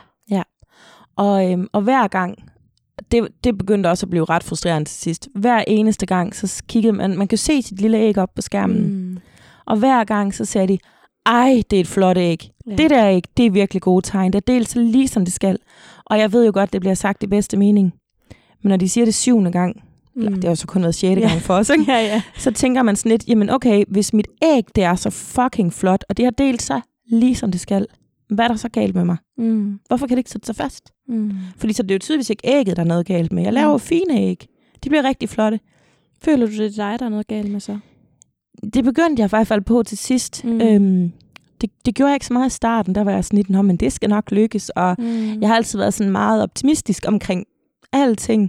Og hver gang, det begyndte også at blive ret frustrerende til sidst. Hver eneste gang, så kiggede man kan se sit lille æg op på skærmen. Og hver gang, så sagde de, ej, det er et flot æg. Ja. Det der æg, det er virkelig gode tegn. Det er delt så lige som det skal. Og jeg ved jo godt, det bliver sagt i bedste mening. Men når de siger det 7. gang, det har jo så kun været 6. gang for os, ikke? Så tænker man sådan lidt, jamen okay, hvis mit æg, det er så fucking flot, og det har delt sig lige som det skal, hvad er der så galt med mig? Hvorfor kan det ikke sætte sig fast? Fordi så det er jo tydeligvis ikke ægget, der er noget galt med. Jeg laver fine æg. De bliver rigtig flotte. Føler du, det er dig, der er noget galt med så? Det begyndte jeg i hvert fald på til sidst. Det gjorde jeg ikke så meget i starten. Der var jeg sådan lidt, men det skal nok lykkes. Og jeg har altid været sådan meget optimistisk omkring alting.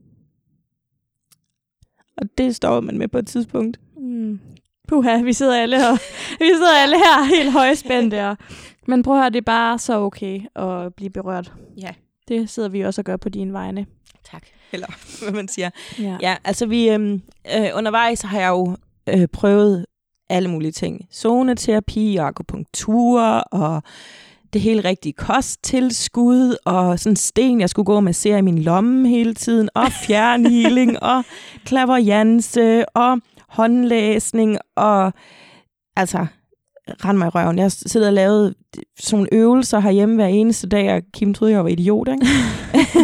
Og det står man med på et tidspunkt. Puha, vi sidder alle her helt højspændte. Men prøv at høre, det er bare så okay at blive berørt. Ja. Det sidder vi også og gør på dine vegne. Tak. Eller hvad man siger. Ja, altså vi undervejs har jeg jo prøvet alle mulige ting. Zoneterapi og akupunktur og det helt rigtige kosttilskud og sådan sten, jeg skulle gå og massere i min lomme hele tiden, og fjernhealing og clairvoyance og håndlæsning og altså rend mig i røven. Jeg sidder og lavede sådan nogle øvelser herhjemme hver eneste dag, og Kim troede, jeg var idiot, ikke?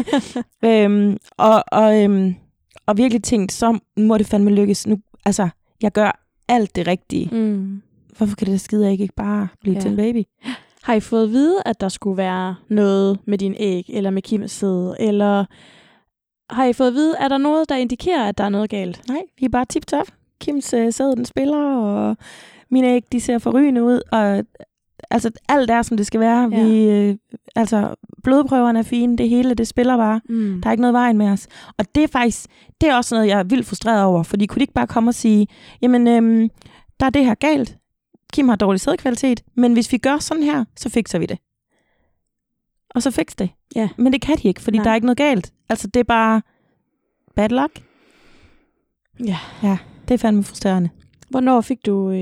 Og virkelig tænkt, så må det fandme lykkes. Nu, altså, Jeg gør alt det rigtige. Hvorfor kan det skide ikke bare blive til en baby? Har I fået at vide, at der skulle være noget med din æg, eller med Kims sæd, eller har I fået at vide, er der noget, der indikerer, at der er noget galt? Nej, vi er bare tip-top. Kims sæd, den spiller, og mine æg, de ser forrygende ud, og altså alt er, som det skal være. Vi, blodprøverne er fine, det hele, det spiller bare. Der er ikke noget vejen med os. Og det er faktisk, det er også noget, jeg er vildt frustreret over, fordi kunne de ikke bare komme og sige, jamen, der er det her galt. Kim har dårlig sædkvalitet, men hvis vi gør sådan her, så fikser vi det. Og så fikser det. Ja. Men det kan de ikke, fordi der er ikke noget galt. Altså, det er bare bad luck. Ja, det er fandme frustrerende. Hvornår fik du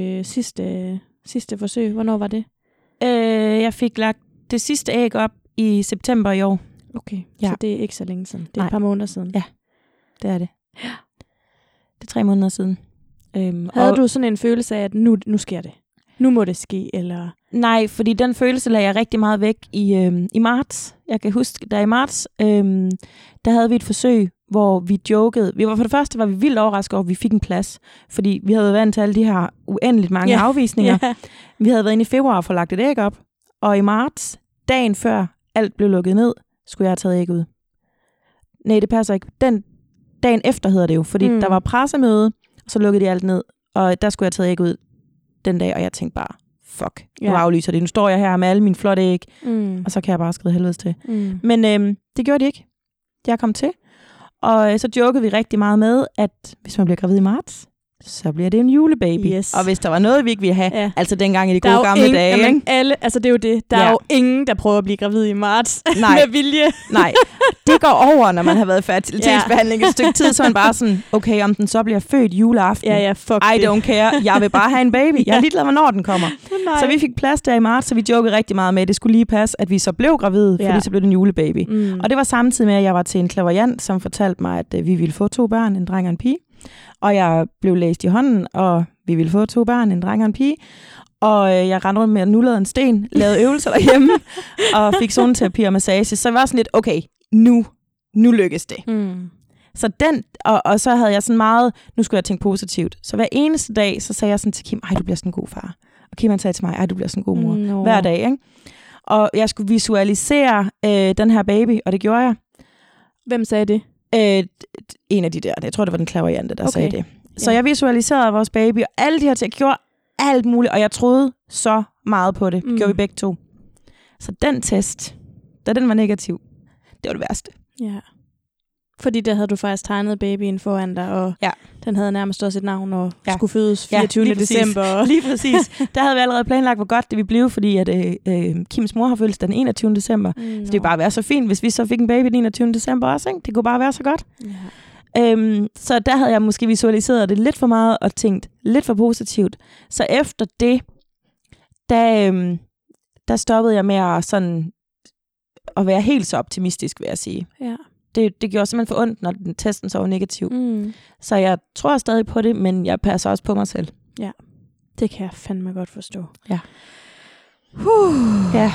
sidste forsøg? Hvornår var det? Jeg fik lagt det sidste æg op i september i år. Okay, så det er ikke så længe siden. Det er et par måneder siden. Ja, det er det. Ja. Det er 3 måneder siden. Havde du sådan en følelse af, at nu sker det? Nu må det ske, eller? Nej, fordi den følelse lagde jeg rigtig meget væk i marts. Jeg kan huske, der i marts, der havde vi et forsøg, hvor vi jokede. For det første var vi vildt overrasket over, at vi fik en plads, fordi vi havde været vant til alle de her uendeligt mange afvisninger. Yeah. Vi havde været inde i februar og få lagt et æg op, og i marts, dagen før alt blev lukket ned, skulle jeg have taget æg ud. Nej, det passer ikke. Dagen efter hedder det jo, fordi der var pressemøde, og så lukkede de alt ned, og der skulle jeg have taget æg ud den dag, og jeg tænkte bare, fuck, nu aflyser det. Nu står jeg her med alle mine flotte æg, og så kan jeg bare skride helvedes til. Men det gjorde de ikke. Jeg kom til, og så jokede vi rigtig meget med, at hvis man bliver gravid i marts, så bliver det en julebaby. Yes. Og hvis der var noget, vi ikke ville have, altså dengang i de gode gamle dage. Jamen, altså det er jo det. Der er jo ingen, der prøver at blive gravid i marts med vilje. Nej, det går over, når man har været i fertilitetsbehandling et stykke tid, så man bare sådan, okay, om den så bliver født juleaften. Fuck I don't care. Jeg vil bare have en baby. Jeg er ligeglad, hvornår den kommer. Så vi fik plads der i marts, så vi jokede rigtig meget med, at det skulle lige passe, at vi så blev gravide, fordi så blev det en julebaby. Og det var samtidig med, at jeg var til en clairvoyant, som fortalte mig, at vi ville få 2 børn, en dreng og en pige. Og jeg blev læst i hånden, og vi ville få 2 børn, en dreng og en pige. Og jeg rendte rundt med at nullede en sten, lavede øvelser derhjemme, og fik zoneterapi og massage. Så jeg var sådan lidt, okay, nu lykkes det. Så og så havde jeg sådan meget, nu skulle jeg tænke positivt. Så hver eneste dag, så sagde jeg sådan til Kim, ej, du bliver sådan en god far. Og Kim han sagde til mig, ej, du bliver sådan en god mor. Hver dag, ikke? Og jeg skulle visualisere den her baby, og det gjorde jeg. Hvem sagde det? En af de der, jeg tror det var den clairvoyante, der sagde det. Så jeg visualiserede vores baby, og alle de her ting, jeg gjorde alt muligt, og jeg troede så meget på det. Gjorde vi begge to. Så den test, da den var negativ, det var det værste. Ja. Fordi der havde du faktisk tegnet babyen foran dig, og den havde nærmest også et navn, og skulle fødes 24. december. Lige præcis. Der havde vi allerede planlagt, hvor godt det ville blive, fordi at Kims mor har fødselsdag den 21. december. Så det ville bare være så fint, hvis vi så fik en baby den 21. december også. Ikke? Det kunne bare være så godt. Ja. Så der havde jeg måske visualiseret det lidt for meget, og tænkt lidt for positivt. Så efter det, der stoppede jeg med at være helt så optimistisk, vil jeg sige. Ja. Det gjorde simpelthen for ondt, når den testen så var negativ. Så jeg tror stadig på det, men jeg passer også på mig selv. Ja, det kan jeg fandme godt forstå. Ja. Ja.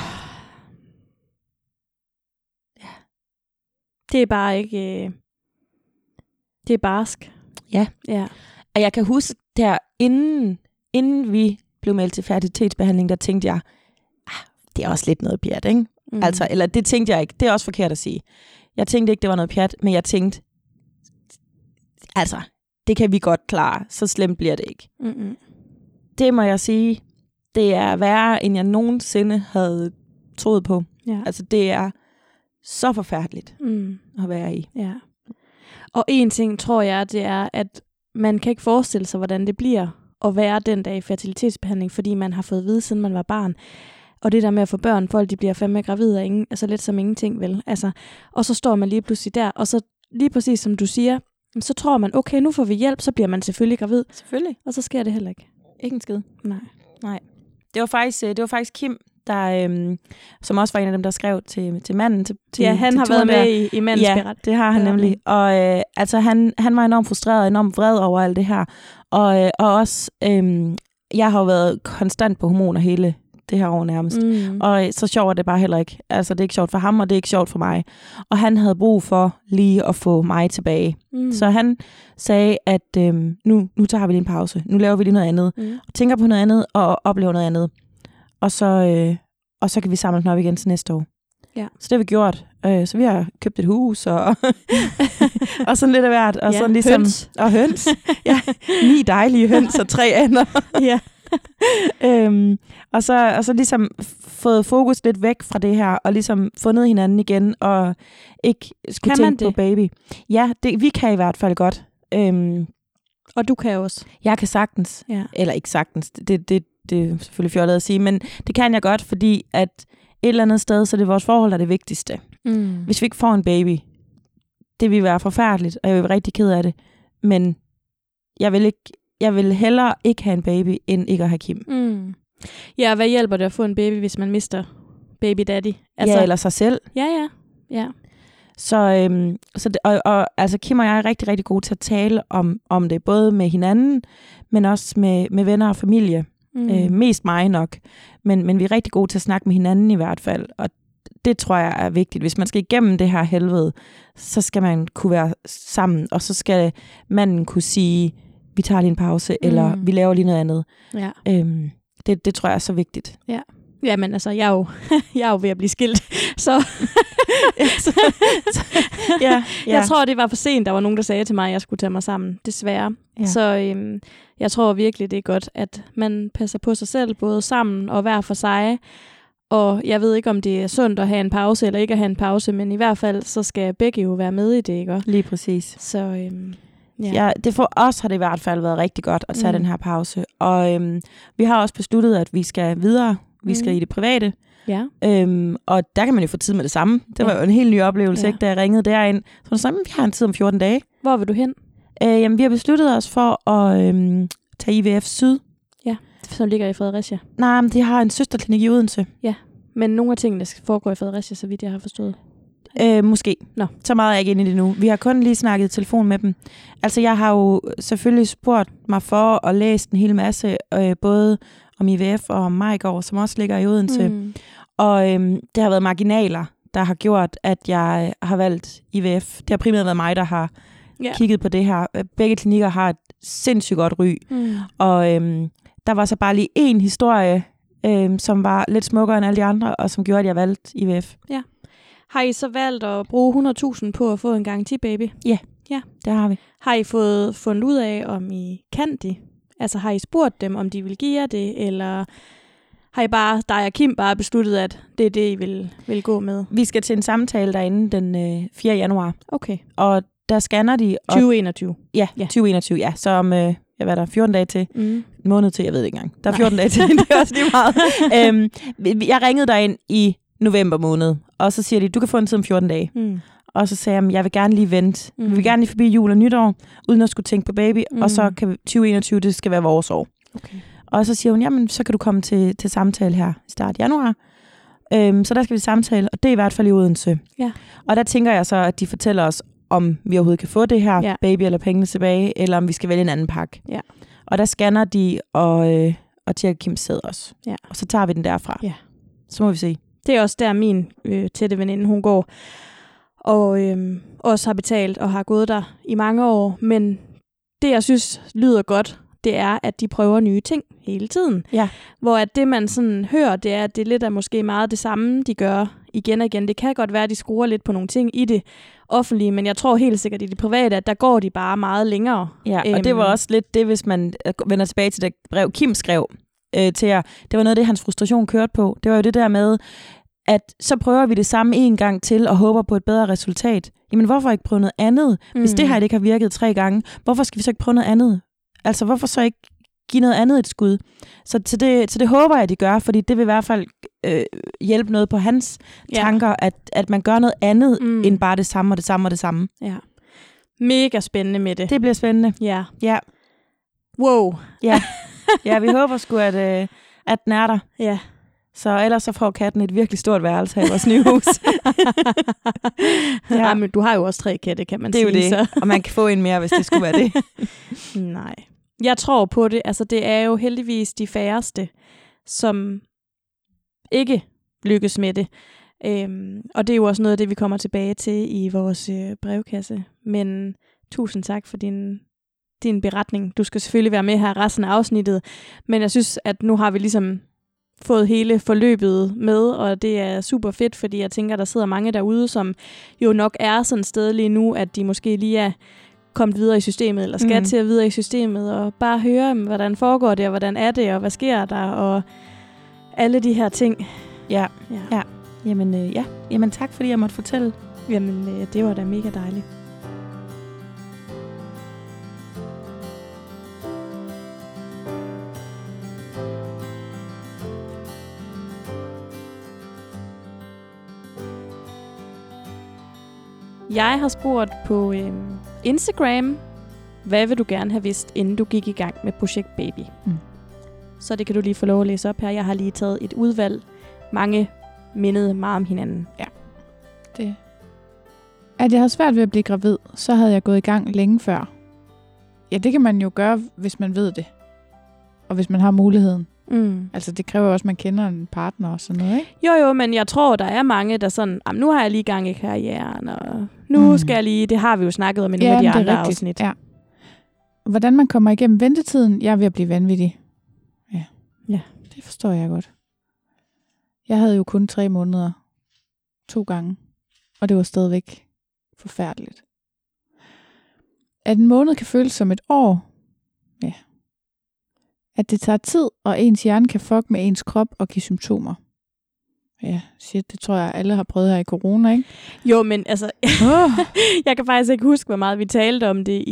Det er bare ikke... Det er barsk. Ja. Og jeg kan huske, der inden vi blev meldt til fertilitetsbehandling, der tænkte jeg, det er også lidt noget pjat, ikke? Altså, eller det tænkte jeg ikke. Det er også forkert at sige. Jeg tænkte ikke, det var noget pjat, men jeg tænkte, altså, det kan vi godt klare. Så slemt bliver det ikke. Det må jeg sige, det er værre, end jeg nogensinde havde troet på. Ja. Altså, det er så forfærdeligt at være i. Ja. Og en ting, tror jeg, det er, at man kan ikke forestille sig, hvordan det bliver at være den dag i fertilitetsbehandling, fordi man har fået at vide, siden man var barn. Og det der med at få børn, folk de bliver fandme gravide af altså lidt som ingenting, vel? Altså, og så står man lige pludselig der, og så lige præcis som du siger, så tror man, okay, nu får vi hjælp, så bliver man selvfølgelig gravid. Selvfølgelig. Og så sker det heller ikke. Ikke en skid. Nej. Det var faktisk Kim, der, som også var en af dem, der skrev til manden. Han har været med i mandens beretning. Ja, det har han nemlig. Og altså, han var enormt frustreret og enormt vred over alt det her. Og også, jeg har jo været konstant på hormoner hele det her år nærmest. Og så sjovt er det bare heller ikke. Altså, det er ikke sjovt for ham, og det er ikke sjovt for mig. Og han havde brug for lige at få mig tilbage. Så han sagde, at nu tager vi lige en pause. Nu laver vi lige noget andet. Og tænker på noget andet, og oplever noget andet. Og så kan vi samle den op igen til næste år. Ja. Så det har vi gjort. Så vi har købt et hus, og, og sådan lidt af hvert. Og sådan ligesom, høns. Og høns. Ja, 9 dejlige høns og 3 andre. Ja. Og så ligesom fået fokus lidt væk fra det her, og ligesom fundet hinanden igen, og ikke skulle tænke på baby. Ja, vi kan i hvert fald godt. Og du kan også. Jeg kan sagtens. Ja. Eller ikke sagtens. Det er selvfølgelig fjollet at sige, men det kan jeg godt, fordi at et eller andet sted, så det er vores forhold, der er det vigtigste. Hvis vi ikke får en baby, det vil være forfærdeligt, og jeg vil være rigtig ked af det. Men jeg vil hellere ikke have en baby, end ikke at have Kim. Ja, hvad hjælper det at få en baby, hvis man mister baby daddy? Altså, ja, eller sig selv. Ja. Så altså Kim og jeg er rigtig, rigtig gode til at tale om det, både med hinanden, men også med venner og familie. Mest mig nok. Men vi er rigtig gode til at snakke med hinanden i hvert fald. Og det tror jeg er vigtigt. Hvis man skal igennem det her helvede, så skal man kunne være sammen. Og så skal manden kunne sige, vi tager lige en pause, eller vi laver lige noget andet. Ja. Det tror jeg er så vigtigt. Ja. Jamen altså, jeg er jo ved at blive skilt. Så ja. Jeg tror, det var for sent. Der var nogen, der sagde til mig, at jeg skulle tage mig sammen. Desværre. Ja. Så jeg tror virkelig, det er godt, at man passer på sig selv, både sammen og hver for sig. Og jeg ved ikke, om det er sundt at have en pause, eller ikke at have en pause, men i hvert fald, så skal begge jo være med i det, ikke? Lige præcis. Så ja, det for os har det i hvert fald været rigtig godt at tage den her pause. Og vi har også besluttet, at vi skal videre. Vi skal i det private. Ja. Og der kan man jo få tid med det samme. Det var jo en helt ny oplevelse, ikke, da jeg ringede derind. Så vi har en tid om 14 dage. Hvor vil du hen? Jamen, vi har besluttet os for at tage IVF Syd. Ja, som ligger i Fredericia. Nej, men de har en søsterklinik i Odense. Ja, men nogle af tingene foregår i Fredericia, så vidt jeg har forstået. Måske. Så meget er jeg ikke inde i det nu. Vi har kun lige snakket i telefon med dem. Altså, jeg har jo selvfølgelig spurgt mig for og læst en hel masse, både om IVF og om Majgaard, som også ligger i Odense. Og det har været marginaler, der har gjort, at jeg har valgt IVF. Det har primært været mig, der har kigget på det her. Begge klinikker har et sindssygt godt ry. Og der var så bare lige en historie, som var lidt smukkere end alle de andre, og som gjorde, at jeg valgte IVF. Ja. Har I så valgt at bruge 100.000 på at få en garanti-baby? Ja, det har vi. Har I fundet ud af, om I kan det? Altså har I spurgt dem, om de vil give jer det, eller har I bare, dig og Kim, bare besluttet, at det er det, I vil gå med? Vi skal til en samtale derinde den 4. januar. Okay. Og der scanner de... 2021? Ja, 2021, ja. Så om, hvad er der, 14 dage til? En måned til, jeg ved det ikke engang. Der er 14 dage til, det er også lige meget. Jeg ringede derind i november måned, og så siger de, du kan få en tid om 14 dage. Og så sagde jeg vil gerne lige vente. Vi vil gerne lige forbi jul og nytår, uden at skulle tænke på baby, og så kan 2021, det skal være vores år. Okay. Og så siger hun, jamen, så kan du komme til samtale her i start januar. Så der skal vi samtale, og det er i hvert fald i Odense. Ja. Og der tænker jeg så, at de fortæller os, om vi overhovedet kan få det her baby eller pengene tilbage, eller om vi skal vælge en anden pakke. Ja. Og der scanner de, og tjekker Kims sæd også. Ja. Og så tager vi den derfra. Ja. Så må vi se. Det er også der min tætte veninde, hun går, og også har betalt og har gået der i mange år. Men det, jeg synes lyder godt, det er, at de prøver nye ting hele tiden. Ja. Hvor at det, man sådan hører, det er, at det lidt er måske meget det samme, de gør igen og igen. Det kan godt være, at de skruer lidt på nogle ting i det offentlige, men jeg tror helt sikkert i det private, at der går de bare meget længere. Ja, og det var også lidt det, hvis man vender tilbage til det brev, Kim skrev til jer. Det var noget af det, hans frustration kørte på. Det var jo det der med, at så prøver vi det samme en gang til og håber på et bedre resultat. Jamen, hvorfor ikke prøve noget andet? Hvis det her ikke har virket 3 gange, hvorfor skal vi så ikke prøve noget andet? Altså, hvorfor så ikke give noget andet et skud? Så det håber jeg, de gør, fordi det vil i hvert fald hjælpe noget på hans tanker, at man gør noget andet, end bare det samme og det samme og det samme. Ja. Mega spændende med det. Det bliver spændende. Ja. Ja. Wow. Ja, vi håber sgu, at den er der. Ja. Så ellers så får katten et virkelig stort værelse her i vores nye hus. Ja, men du har jo også 3 katte, kan man sige. Det er jo det, og man kan få en mere, hvis det skulle være det. Nej. Jeg tror på det. Altså, det er jo heldigvis de færreste, som ikke lykkes med det. Og det er jo også noget af det, vi kommer tilbage til i vores brevkasse. Men tusind tak for din beretning. Du skal selvfølgelig være med her resten af afsnittet. Men jeg synes, at nu har vi ligesom fået hele forløbet med, og det er super fedt, fordi jeg tænker, der sidder mange derude, som jo nok er sådan et sted lige nu, at de måske lige er kommet videre i systemet, eller skal til at videre i systemet, og bare høre, hvordan foregår det, og hvordan er det, og hvad sker der, og alle de her ting. Ja. Jamen tak, fordi jeg måtte fortælle. Jamen, det var da mega dejligt. Jeg har spurgt på Instagram, hvad vil du gerne have vidst, inden du gik i gang med Projekt Baby? Så det kan du lige få lov at læse op her. Jeg har lige taget et udvalg. Mange mindede meget om hinanden. Ja. Det. At jeg havde svært ved at blive gravid, så havde jeg gået i gang længe før. Ja, det kan man jo gøre, hvis man ved det. Og hvis man har muligheden. Altså, det kræver også, at man kender en partner og sådan noget, ikke? Jo, men jeg tror, der er mange, der sådan, nu har jeg lige gang i karrieren, og nu skal jeg lige, det har vi jo snakket om i nogle af de andre afsnit. Ja. Hvordan man kommer igennem ventetiden, jeg er ved at blive vanvittig. Ja, det forstår jeg godt. Jeg havde jo kun 3 måneder 2 gange, og det var stadigvæk forfærdeligt. At en måned kan føles som et år, ja. At det tager tid, og ens hjerne kan fuck med ens krop og give symptomer. Ja, shit, det tror jeg, alle har prøvet her i corona, ikke? Jo, men altså, jeg kan faktisk ikke huske, hvor meget vi talte om det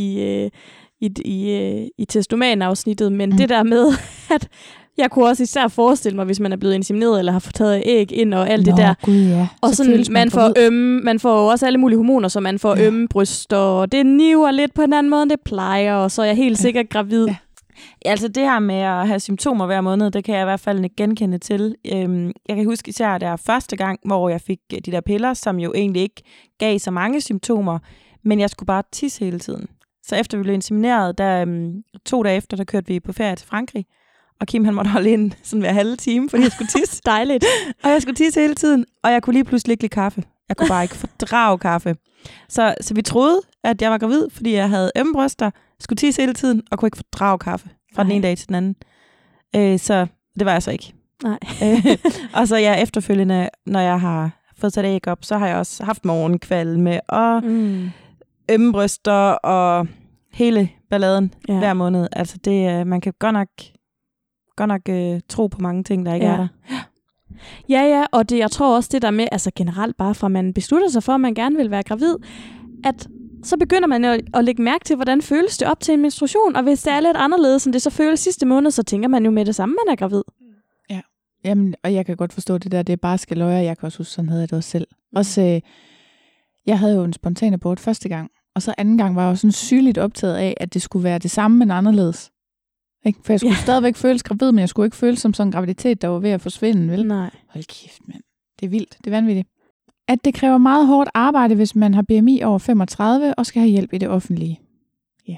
i testoman-afsnittet, men det der med, at jeg kunne også især forestille mig, hvis man er blevet insemineret, eller har fået taget æg ind og alt det der. Gud, ja. Og sådan, man får også alle mulige hormoner, så man får ømme bryster, og det niver lidt på en anden måde, end det plejer, og så er jeg helt sikkert gravid. Ja. Altså det her med at have symptomer hver måned, det kan jeg i hvert fald genkende til. Jeg kan huske især, der første gang, hvor jeg fik de der piller, som jo egentlig ikke gav så mange symptomer, men jeg skulle bare tisse hele tiden. Så efter vi blev insemineret, 2 dage efter, der kørte vi på ferie til Frankrig, og Kim han måtte holde ind sådan hver halve time, fordi jeg skulle tisse. Dejligt. Og jeg skulle tisse hele tiden, og jeg kunne lige pludselig ikke lide kaffe. Jeg kunne bare ikke fordrage kaffe. Så vi troede, at jeg var gravid, fordi jeg havde ømme bryster, skulle tisse hele tiden, og kunne ikke fordrage kaffe fra den ene dag til den anden. Så det var jeg så ikke. Nej. Og så efterfølgende, når jeg har fået sat æg op, så har jeg også haft morgenkvalme og ømme bryster og hele balladen hver måned. Altså det, man kan godt nok tro på mange ting, der ikke er der. Ja, og det, jeg tror også det der med, altså generelt bare fra man beslutter sig for, at man gerne vil være gravid, at så begynder man at lægge mærke til, hvordan føles det op til en menstruation, og hvis det er lidt anderledes, end det så føles sidste måned, så tænker man jo med det samme, man er gravid. Ja, jamen, og jeg kan godt forstå det der, det er bare skaløjer, jeg kan også huske, sådan havde jeg det også selv. Også, jeg havde jo en spontan abort første gang, og så anden gang var jeg jo sådan sygeligt optaget af, at det skulle være det samme, men anderledes. Ikke? For jeg skulle stadigvæk føles gravid, men jeg skulle ikke føles som sådan en graviditet, der var ved at forsvinde, vel? Nej. Hold kæft, mand. Det er vildt. Det er vanvittigt. At det kræver meget hårdt arbejde, hvis man har BMI over 35 og skal have hjælp i det offentlige. Ja.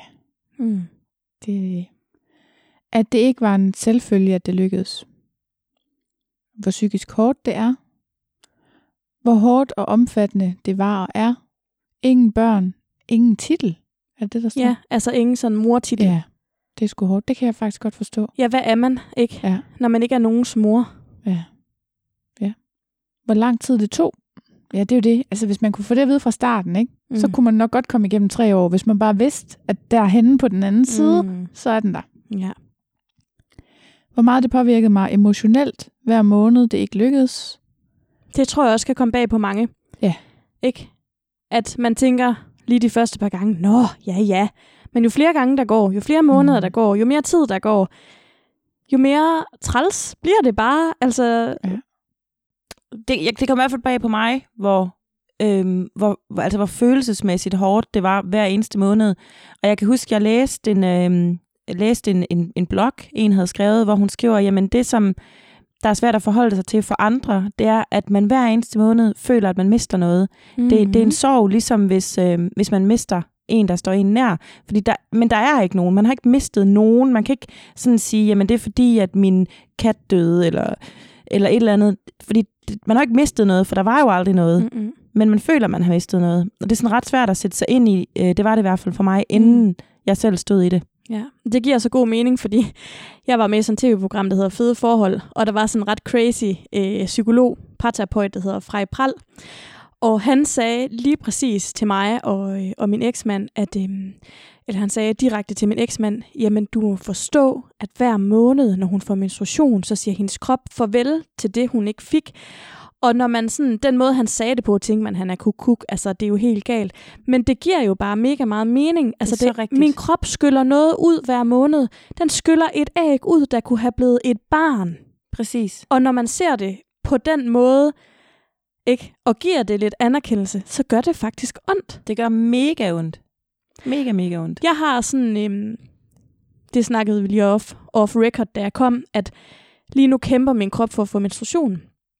At det ikke var en selvfølge, at det lykkedes. Hvor psykisk hårdt det er. Hvor hårdt og omfattende det var og er. Ingen børn. Ingen titel. Er det, der står? Ja, altså ingen sådan mortitel. Ja. Det er sgu hårdt. Det kan jeg faktisk godt forstå. Ja, hvad er man, ikke? Ja. Når man ikke er nogens mor. Ja. Hvor lang tid det tog? Ja, det er jo det. Altså, hvis man kunne få det at vide fra starten, ikke? Så kunne man nok godt komme igennem 3 år. Hvis man bare vidste, at derhenne på den anden side, så er den der. Ja. Hvor meget det påvirkede mig emotionelt hver måned, det ikke lykkedes. Det tror jeg også kan komme bag på mange. Ja. Ikke? At man tænker lige de første par gange, ja. Men jo flere gange der går, jo flere måneder der går, jo mere tid der går, jo mere træls bliver det bare. Altså... Ja. Det kom i hvert fald bag på mig, hvor følelsesmæssigt hårdt det var hver eneste måned. Og jeg kan huske, jeg læste en blog, en havde skrevet, hvor hun skriver, jamen det, som der er svært at forholde sig til for andre, det er, at man hver eneste måned føler, at man mister noget. Det er en sorg, ligesom hvis man mister en, der står en nær. Men der er ikke nogen. Man har ikke mistet nogen. Man kan ikke sådan sige, jamen det er fordi, at min kat døde, eller eller et eller andet. Fordi man har ikke mistet noget, for der var jo aldrig noget. Men man føler, man har mistet noget. Og det er sådan ret svært at sætte sig ind i. Det var det i hvert fald for mig, inden jeg selv stod i det. Ja, det giver så god mening, fordi jeg var med i sådan et tv-program, der hedder Fede Forhold, og der var sådan en ret crazy psykolog, parterapeut, der hedder Frej Pral. Og han sagde lige præcis til mig og min eksmand, eller han sagde direkte til min eksmand, jamen du må forstå, at hver måned, når hun får menstruation, så siger hendes krop farvel til det, hun ikke fik. Og når man sådan, den måde, han sagde det på, tænkte man, han er kukuk, altså det er jo helt galt. Men det giver jo bare mega meget mening. Altså min krop skyller noget ud hver måned. Den skyller et æg ud, der kunne have blevet et barn. Præcis. Og når man ser det på den måde, ikke, og giver det lidt anerkendelse, så gør det faktisk ondt. Det gør mega ondt. Mega, mega ondt. Jeg har sådan, det snakkede vi lige off record, da jeg kom, at lige nu kæmper min krop for at få menstruation.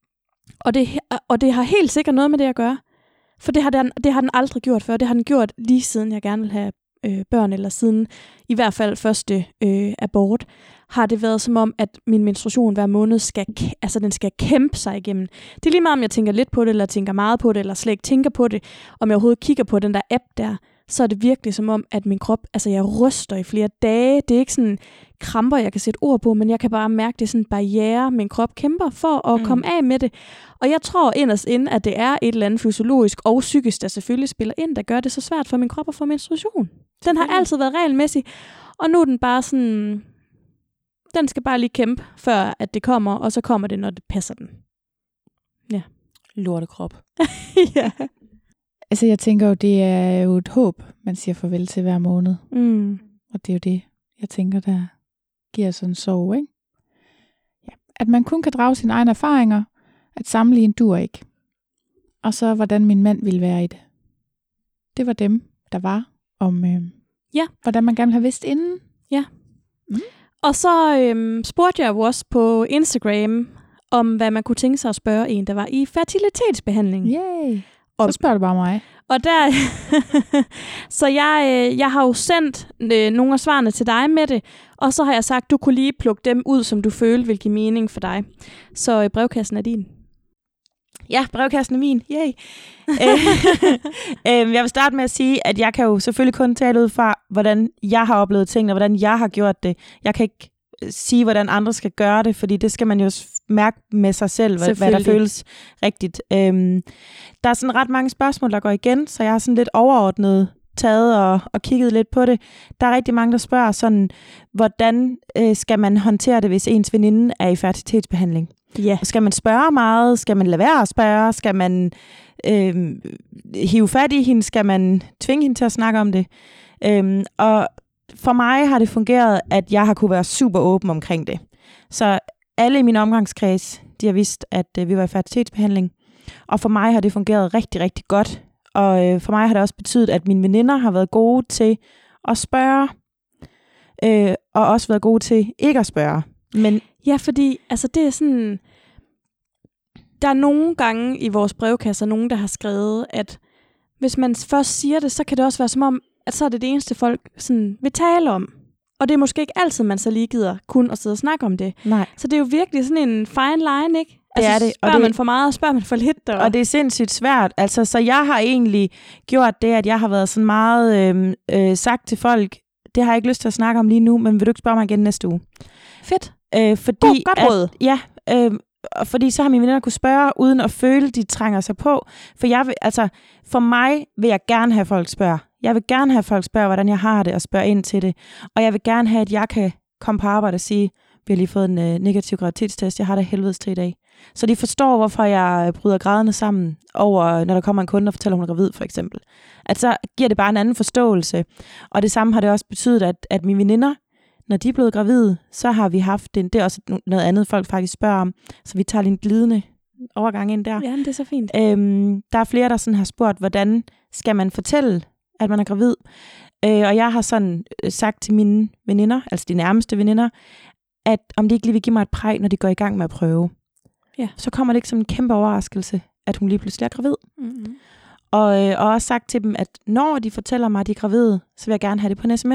Og det har helt sikkert noget med det at gøre. For det har den aldrig gjort før. Det har den gjort lige siden jeg gerne vil have børn, eller siden i hvert fald første abort, har det været som om, at min menstruation hver måned den skal kæmpe sig igennem. Det er lige meget, om jeg tænker lidt på det, eller tænker meget på det, eller slet ikke tænker på det, om jeg overhovedet kigger på den der app der, så er det virkelig som om, at min krop, altså jeg ryster i flere dage. Det er ikke sådan kramper, jeg kan sætte ord på, men jeg kan bare mærke, det er sådan en barriere, min krop kæmper for at komme af med det. Og jeg tror inderst inde, at det er et eller andet fysiologisk og psykisk, der selvfølgelig spiller ind, der gør det så svært for min krop at få menstruation. Den har altid været regelmæssig, og nu er den bare sådan, den skal bare lige kæmpe, før at det kommer, og så kommer det, når det passer den. Ja. Lortekrop. Ja. Altså jeg tænker jo, det er jo et håb, man siger farvel til hver måned. Og det er jo det, jeg tænker, der giver sådan en sorg, ikke? Ja. At man kun kan drage sine egne erfaringer, at sammenligne dur ikke. Og så hvordan min mand ville være i det. Det var dem, der var om, hvordan man gerne ville have vidst inden. Ja. Og så spurgte jeg jo også på Instagram, om hvad man kunne tænke sig at spørge en, der var i fertilitetsbehandling. Yay! Så spørger du bare mig. Og der, så jeg har jo sendt nogle af svarene til dig med det, og så har jeg sagt, du kunne lige plukke dem ud, som du følte vil give mening for dig. Så brevkassen er din. Ja, brevkassen er min. Yay. Jeg vil starte med at sige, at jeg kan jo selvfølgelig kun tale ud fra, hvordan jeg har oplevet tingene, og hvordan jeg har gjort det. Jeg kan ikke sige, hvordan andre skal gøre det, fordi det skal man jo mærke med sig selv, hvad der føles rigtigt. Der er sådan ret mange spørgsmål, der går igen, så jeg har sådan lidt overordnet taget og kigget lidt på det. Der er rigtig mange, der spørger sådan, hvordan skal man håndtere det, hvis ens veninde er i fertilitetsbehandling? Ja. Skal man spørge meget? Skal man lade være at spørge? Skal man hive fat i hende? Skal man tvinge hende til at snakke om det? Og for mig har det fungeret, at jeg har kunne være super åben omkring det. Så alle i min omgangskreds, de har vidst, at vi var i fertilitetsbehandling. Og for mig har det fungeret rigtig, rigtig godt. Og for mig har det også betydet, at mine veninder har været gode til at spørge. Og også været gode til ikke at spørge. Men ja, fordi altså det er sådan, der er nogle gange i vores brevkasser, nogen der har skrevet, at hvis man først siger det, så kan det også være som om, at så er det eneste folk sådan vil tale om. Og det er måske ikke altid, man så lige gider kun at sidde og snakke om det. Nej. Så det er jo virkelig sådan en fine line, ikke? Det er det. Spørger man for meget, og spørger man for lidt. Og det er sindssygt svært. Altså, så jeg har egentlig gjort det, at jeg har været sådan meget sagt til folk, det har jeg ikke lyst til at snakke om lige nu, men vil du ikke spørge mig igen næste uge? Fedt. Fordi godt råd. Fordi så har mine veninder kunne spørge, uden at føle, de trænger sig på. For mig vil jeg gerne have folk spørge. Jeg vil gerne have folk spørge, hvordan jeg har det, og spørge ind til det. Og jeg vil gerne have, at jeg kan komme på arbejde og sige, vi har lige fået en negativ graviditetstest, jeg har det helvedes til i dag. Så de forstår, hvorfor jeg bryder grædende sammen over, når der kommer en kunde og fortæller, hun er gravid, for eksempel. At så giver det bare en anden forståelse. Og det samme har det også betydet, at mine veninder, når de er blevet gravide, så har vi haft det er også noget andet, folk faktisk spørger om. Så vi tager lige en glidende overgang ind der. Ja, det er så fint. Der er flere, der sådan har spurgt, hvordan skal man fortælle, at man er gravid? Og jeg har sådan sagt til mine veninder, altså de nærmeste veninder, at om de ikke lige vil give mig et præg, når de går i gang med at prøve. Ja. Så kommer det ikke som en kæmpe overraskelse, at hun lige pludselig er gravid. Mm-hmm. Og også sagt til dem, at når de fortæller mig, at de er gravide, så vil jeg gerne have det på en sms.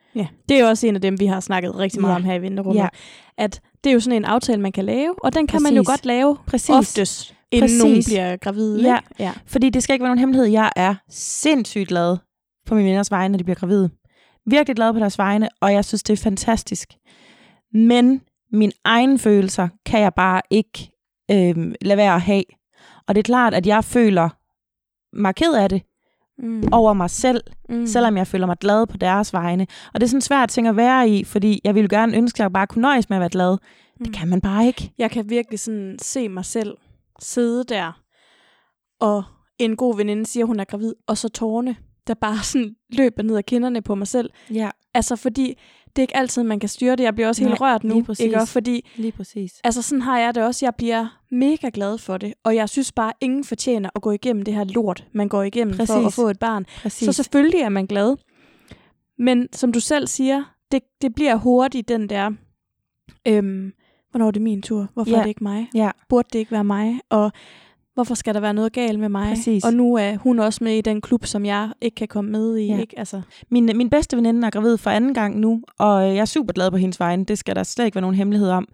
Ja, det er jo også en af dem, vi har snakket rigtig meget om her i Vinterrummet. Ja. At det er jo sådan en aftale, man kan lave, og den kan man jo godt lave oftest, inden nogen bliver gravid. Ja. Ja, fordi det skal ikke være nogen hemmelighed. Jeg er sindssygt glad på mine venners vegne, når de bliver gravide. Virkelig glad på deres vegne, og jeg synes, det er fantastisk. Men mine egne følelser kan jeg bare ikke lade være at have. Og det er klart, at jeg føler mig ked af det over mig selv, selvom jeg føler mig glad på deres vegne. Og det er sådan svært ting at være i, fordi jeg ville gerne ønske, at jeg bare kunne nøjes med at være glad. Det kan man bare ikke. Jeg kan virkelig sådan se mig selv sidde der, og en god veninde siger, hun er gravid, og så tårerne, der bare sådan løber ned ad kinderne på mig selv. Ja. Altså fordi, det er ikke altid, man kan styre det. Jeg bliver også helt rørt nu. Ikke? Fordi, lige præcis. Altså sådan har jeg det også. Jeg bliver mega glad for det. Og jeg synes bare, ingen fortjener at gå igennem det her lort, man går igennem for at få et barn. Præcis. Så selvfølgelig er man glad. Men som du selv siger, det bliver hurtigt den der, hvornår er det min tur? Hvorfor er det ikke mig? Ja. Burde det ikke være mig? Og hvorfor skal der være noget galt med mig? Præcis. Og nu er hun også med i den klub, som jeg ikke kan komme med i. Ja. Ikke? Altså. Min bedste veninde er gravid for anden gang nu, og jeg er super glad på hendes vegne. Det skal der slet ikke være nogen hemmelighed om.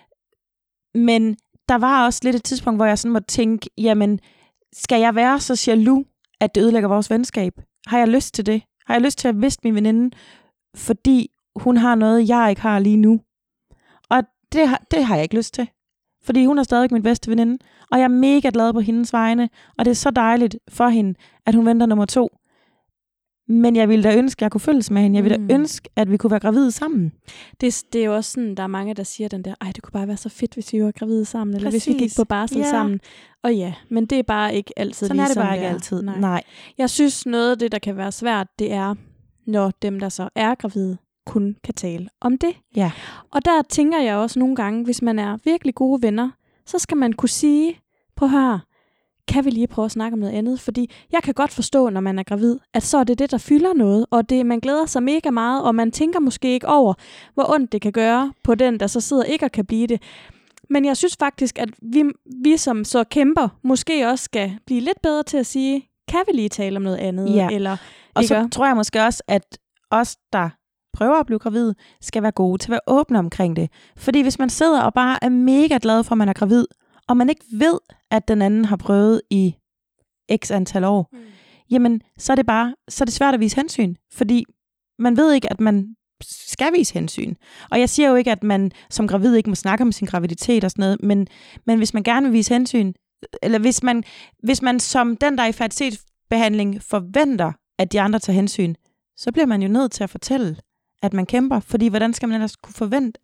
Men der var også lidt et tidspunkt, hvor jeg sådan måtte tænke, jamen, skal jeg være så jaloux, at det ødelægger vores venskab? Har jeg lyst til det? Har jeg lyst til at miste min veninde, fordi hun har noget, jeg ikke har lige nu? Og det har jeg ikke lyst til. Fordi hun er stadig min bedste veninde, og jeg er mega glad på hendes vegne, og det er så dejligt for hende, at hun venter nummer 2. Men jeg ville da ønske, at jeg kunne følges med hende. Jeg ville da ønske, at vi kunne være gravide sammen. Det er jo også sådan, der er mange, der siger den der, det kunne bare være så fedt, hvis vi var gravide sammen, eller hvis vi gik på barsel sammen. Og ja, men det er bare ikke altid sådan lige sådan. Sådan er det bare ikke altid. Nej. Jeg synes, noget af det, der kan være svært, det er, når dem, der så er gravide, kun kan tale om det. Ja. Og der tænker jeg også nogle gange, hvis man er virkelig gode venner, så skal man kunne sige, prøv her, kan vi lige prøve at snakke om noget andet? Fordi jeg kan godt forstå, når man er gravid, at så er det, der fylder noget, og man glæder sig mega meget, og man tænker måske ikke over, hvor ondt det kan gøre på den, der så sidder ikke og kan blive det. Men jeg synes faktisk, at vi som så kæmper, måske også skal blive lidt bedre til at sige, kan vi lige tale om noget andet? Ja. Eller, og så tror jeg måske også, at os, der prøver at blive gravid, skal være gode til at være åbne omkring det. Fordi hvis man sidder og bare er mega glad for, at man er gravid, og man ikke ved, at den anden har prøvet i x antal år, jamen, så er det svært at vise hensyn. Fordi man ved ikke, at man skal vise hensyn. Og jeg siger jo ikke, at man som gravid ikke må snakke om sin graviditet og sådan noget, men hvis man gerne vil vise hensyn, eller hvis man som den, der er i fertilitetsbehandling, forventer, at de andre tager hensyn, så bliver man jo nødt til at fortælle, at man kæmper. Fordi hvordan skal man ellers kunne forvente,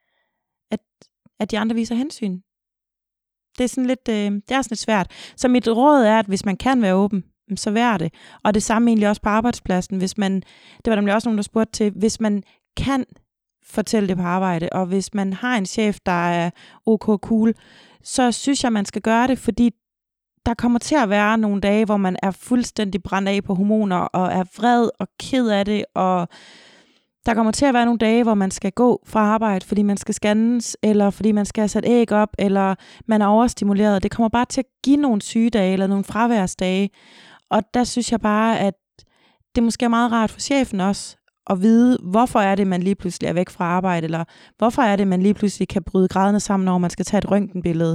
at de andre viser hensyn? Det er sådan lidt svært. Så mit råd er, at hvis man kan være åben, så vær det. Og det samme egentlig også på arbejdspladsen. Det var nemlig også nogen, der spurgte til, hvis man kan fortælle det på arbejde, og hvis man har en chef, der er okay cool, så synes jeg, man skal gøre det, fordi der kommer til at være nogle dage, hvor man er fuldstændig brændt af på hormoner, og er vred og ked af det, og der kommer til at være nogle dage, hvor man skal gå fra arbejde, fordi man skal scannes, eller fordi man skal have sat æg op, eller man er overstimuleret. Det kommer bare til at give nogle sygedage, eller nogle fraværsdage. Og der synes jeg bare, at det måske er meget rart for chefen også, at vide, hvorfor er det, man lige pludselig er væk fra arbejde, eller hvorfor er det, man lige pludselig kan bryde grædende sammen, når man skal tage et røntgenbillede.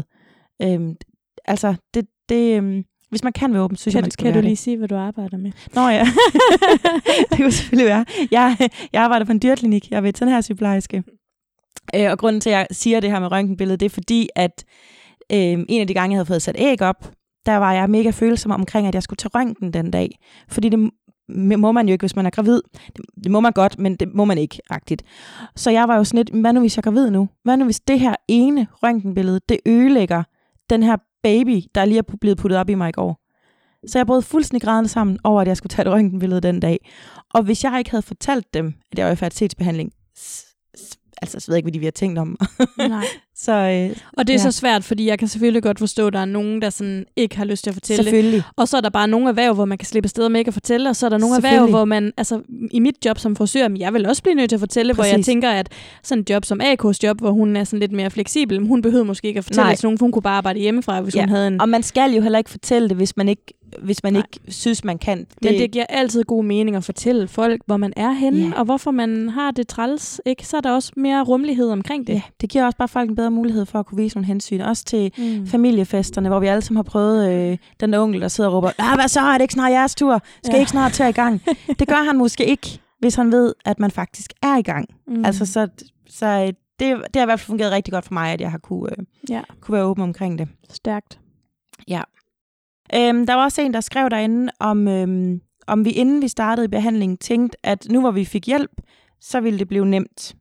Hvis man kan være åben, synes jeg, man skal være det. Kan du lige sige, hvad du arbejder med? Nå ja, det kunne selvfølgelig være. Jeg arbejder på en dyrklinik. Jeg er veterinærsygeplejerske. Og grunden til, at jeg siger det her med røntgenbilledet, det er fordi, at en af de gange, jeg havde fået sat æg op, der var jeg mega følsom omkring, at jeg skulle tage røntgen den dag. Fordi det må man jo ikke, hvis man er gravid. Det må man godt, men det må man ikke, agtigt. Så jeg var jo sådan lidt, hvad nu hvis jeg er gravid nu? Hvad nu hvis det her ene røntgenbillede, det ødelægger den her baby, der lige er blevet puttet op i mig i går? Så jeg brød fuldstændig grædende sammen over, at jeg skulle tage et røntgenbillede den dag. Og hvis jeg ikke havde fortalt dem, at jeg var i fertilitetsbehandling, så ved jeg ikke, hvad de ville have tænkt om. Nej. Og det er så svært, fordi jeg kan selvfølgelig godt forstå, at der er nogen, der sådan ikke har lyst til at fortælle det. Og så er der bare nogle erhverv, hvor man kan slippe afsted med ikke at fortælle, og så er der nogle erhverv, hvor man, altså i mit job som frisør, jeg vil også blive nødt til at fortælle, hvor jeg tænker, at sådan et job som AK's job, hvor hun er sådan lidt mere fleksibel, hun behøver måske ikke at fortælle til nogen, for hun kunne bare arbejde hjemmefra, hvis hun havde en... Og man skal jo heller ikke fortælle det, hvis man ikke hvis man ikke synes, man kan. Men det giver altid god mening at fortælle folk, hvor man er henne, og hvorfor man har det træls, ikke? Så er der også mere rummelighed omkring det. Ja, det giver også bare folk en bedre mulighed for at kunne vise nogle hensyn. Også til familiefesterne, hvor vi alle sammen har prøvet den der onkel, der sidder og råber, hvad så, er det ikke snart jeres tur? Skal I ikke snart tage i gang? Det gør han måske ikke, hvis han ved, at man faktisk er i gang. Altså, så det har i hvert fald fungeret rigtig godt for mig, at jeg har kunne være åben omkring det. Stærkt. Ja. Der var også en, der skrev derinde, om vi inden vi startede behandlingen tænkte, at nu hvor vi fik hjælp, så ville det blive nemt.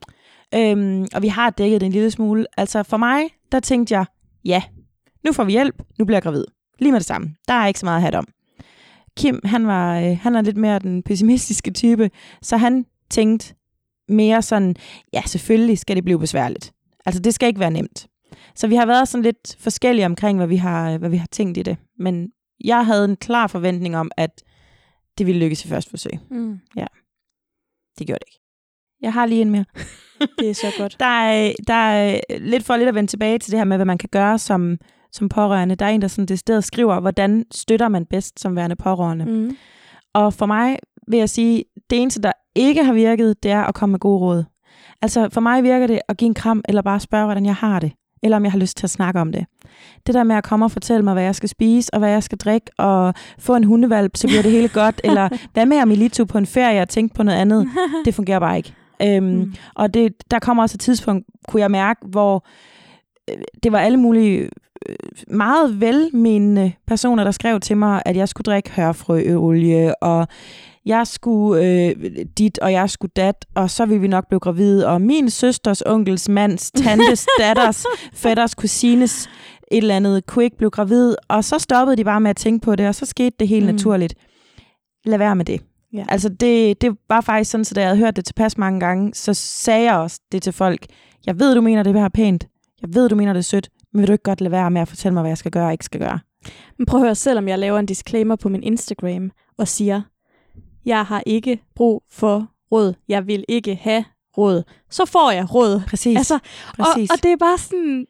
Og vi har dækket det en lille smule. Altså for mig, der tænkte jeg, ja, nu får vi hjælp, nu bliver jeg gravid. Lige med det samme. Der er ikke så meget at have om. Kim, han er lidt mere den pessimistiske type, så han tænkte mere sådan, ja, selvfølgelig skal det blive besværligt. Altså det skal ikke være nemt. Så vi har været sådan lidt forskellige omkring, hvad vi har tænkt i det. Men jeg havde en klar forventning om, at det ville lykkes i første forsøg. Ja. Det gjorde det ikke. Jeg har lige en mere. Det er så godt. Der er lidt at vende tilbage til det her med, hvad man kan gøre som pårørende. Der er en, der sådan decideret skriver, hvordan støtter man bedst som værende pårørende. Og for mig vil jeg sige, det eneste, der ikke har virket, det er at komme med gode råd. Altså for mig virker det at give en kram, eller bare spørge, hvordan jeg har det. Eller om jeg har lyst til at snakke om det. Det der med at komme og fortælle mig, hvad jeg skal spise, og hvad jeg skal drikke, og få en hundevalp, så bliver det hele godt. Eller hvad med at Milito på en ferie og tænke på noget andet. Det fungerer bare ikke. Og der kommer også et tidspunkt, kunne jeg mærke, hvor det var alle mulige meget velmenende personer, der skrev til mig, at jeg skulle drikke hørfrøolie, og jeg skulle dit, og jeg skulle dat, og så ville vi nok blive gravide, og min søsters, onkels, mands, tantes, datters, fætters, kusines, et eller andet, kunne ikke blive gravid, og så stoppede de bare med at tænke på det, og så skete det helt naturligt. Lad være med det. Ja. Altså det var faktisk sådan, så da jeg havde hørt det tilpas mange gange, så sagde jeg også det til folk, jeg ved, du mener det her pænt, jeg ved, du mener det sødt, men vil du ikke godt lade være med at fortælle mig, hvad jeg skal gøre og ikke skal gøre? Men prøv at høre, selvom jeg laver en disclaimer på min Instagram og siger, jeg har ikke brug for råd, jeg vil ikke have råd, så får jeg råd. Præcis. Altså, Præcis. Og det er bare sådan,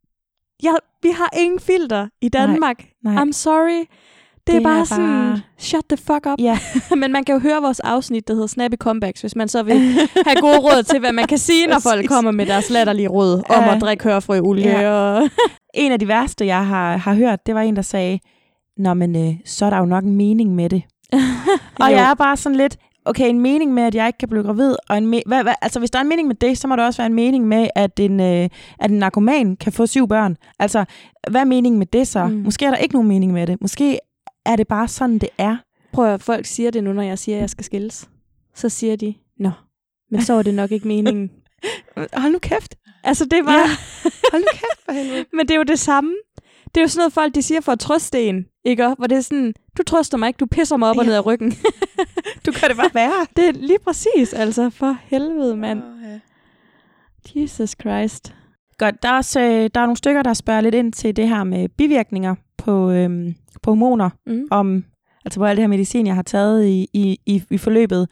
vi har ingen filter i Danmark. Nej. I'm sorry. Det er bare sådan, shut the fuck up. Yeah. Men man kan jo høre vores afsnit, der hedder Snappy Comebacks, hvis man så vil have gode råd til, hvad man kan sige, når folk kommer med deres latterlige råd om at drikke hørfrøolie. Ja. En af de værste, jeg har hørt, det var en, der sagde, nå, men så er der jo nok en mening med det. Og jeg er bare sådan lidt, okay, en mening med, at jeg ikke kan blive gravid, og altså hvis der er en mening med det, så må der også være en mening med, at en narkoman kan få 7 børn. Altså, hvad er meningen med det så? Måske er der ikke nogen mening med det. Måske er det bare sådan, det er. Prøv at folk siger det nu, når jeg siger, at jeg skal skilles. Så siger de, nå, men så er det nok ikke meningen. Hold nu kæft. Altså, det var... Ja. Hold nu kæft for helvede. Men det er jo det samme. Det er jo sådan noget, folk de siger for at trøste en, ikke? Hvor det er sådan, du trøster mig ikke, du pisser mig op og ned af ryggen. Du kan det bare være. Det er lige præcis, altså. For helvede, mand. Jesus Christ. Godt, der er nogle stykker, der spørger lidt ind til det her med bivirkninger på hormoner. Altså på alt det her medicin, jeg har taget i forløbet.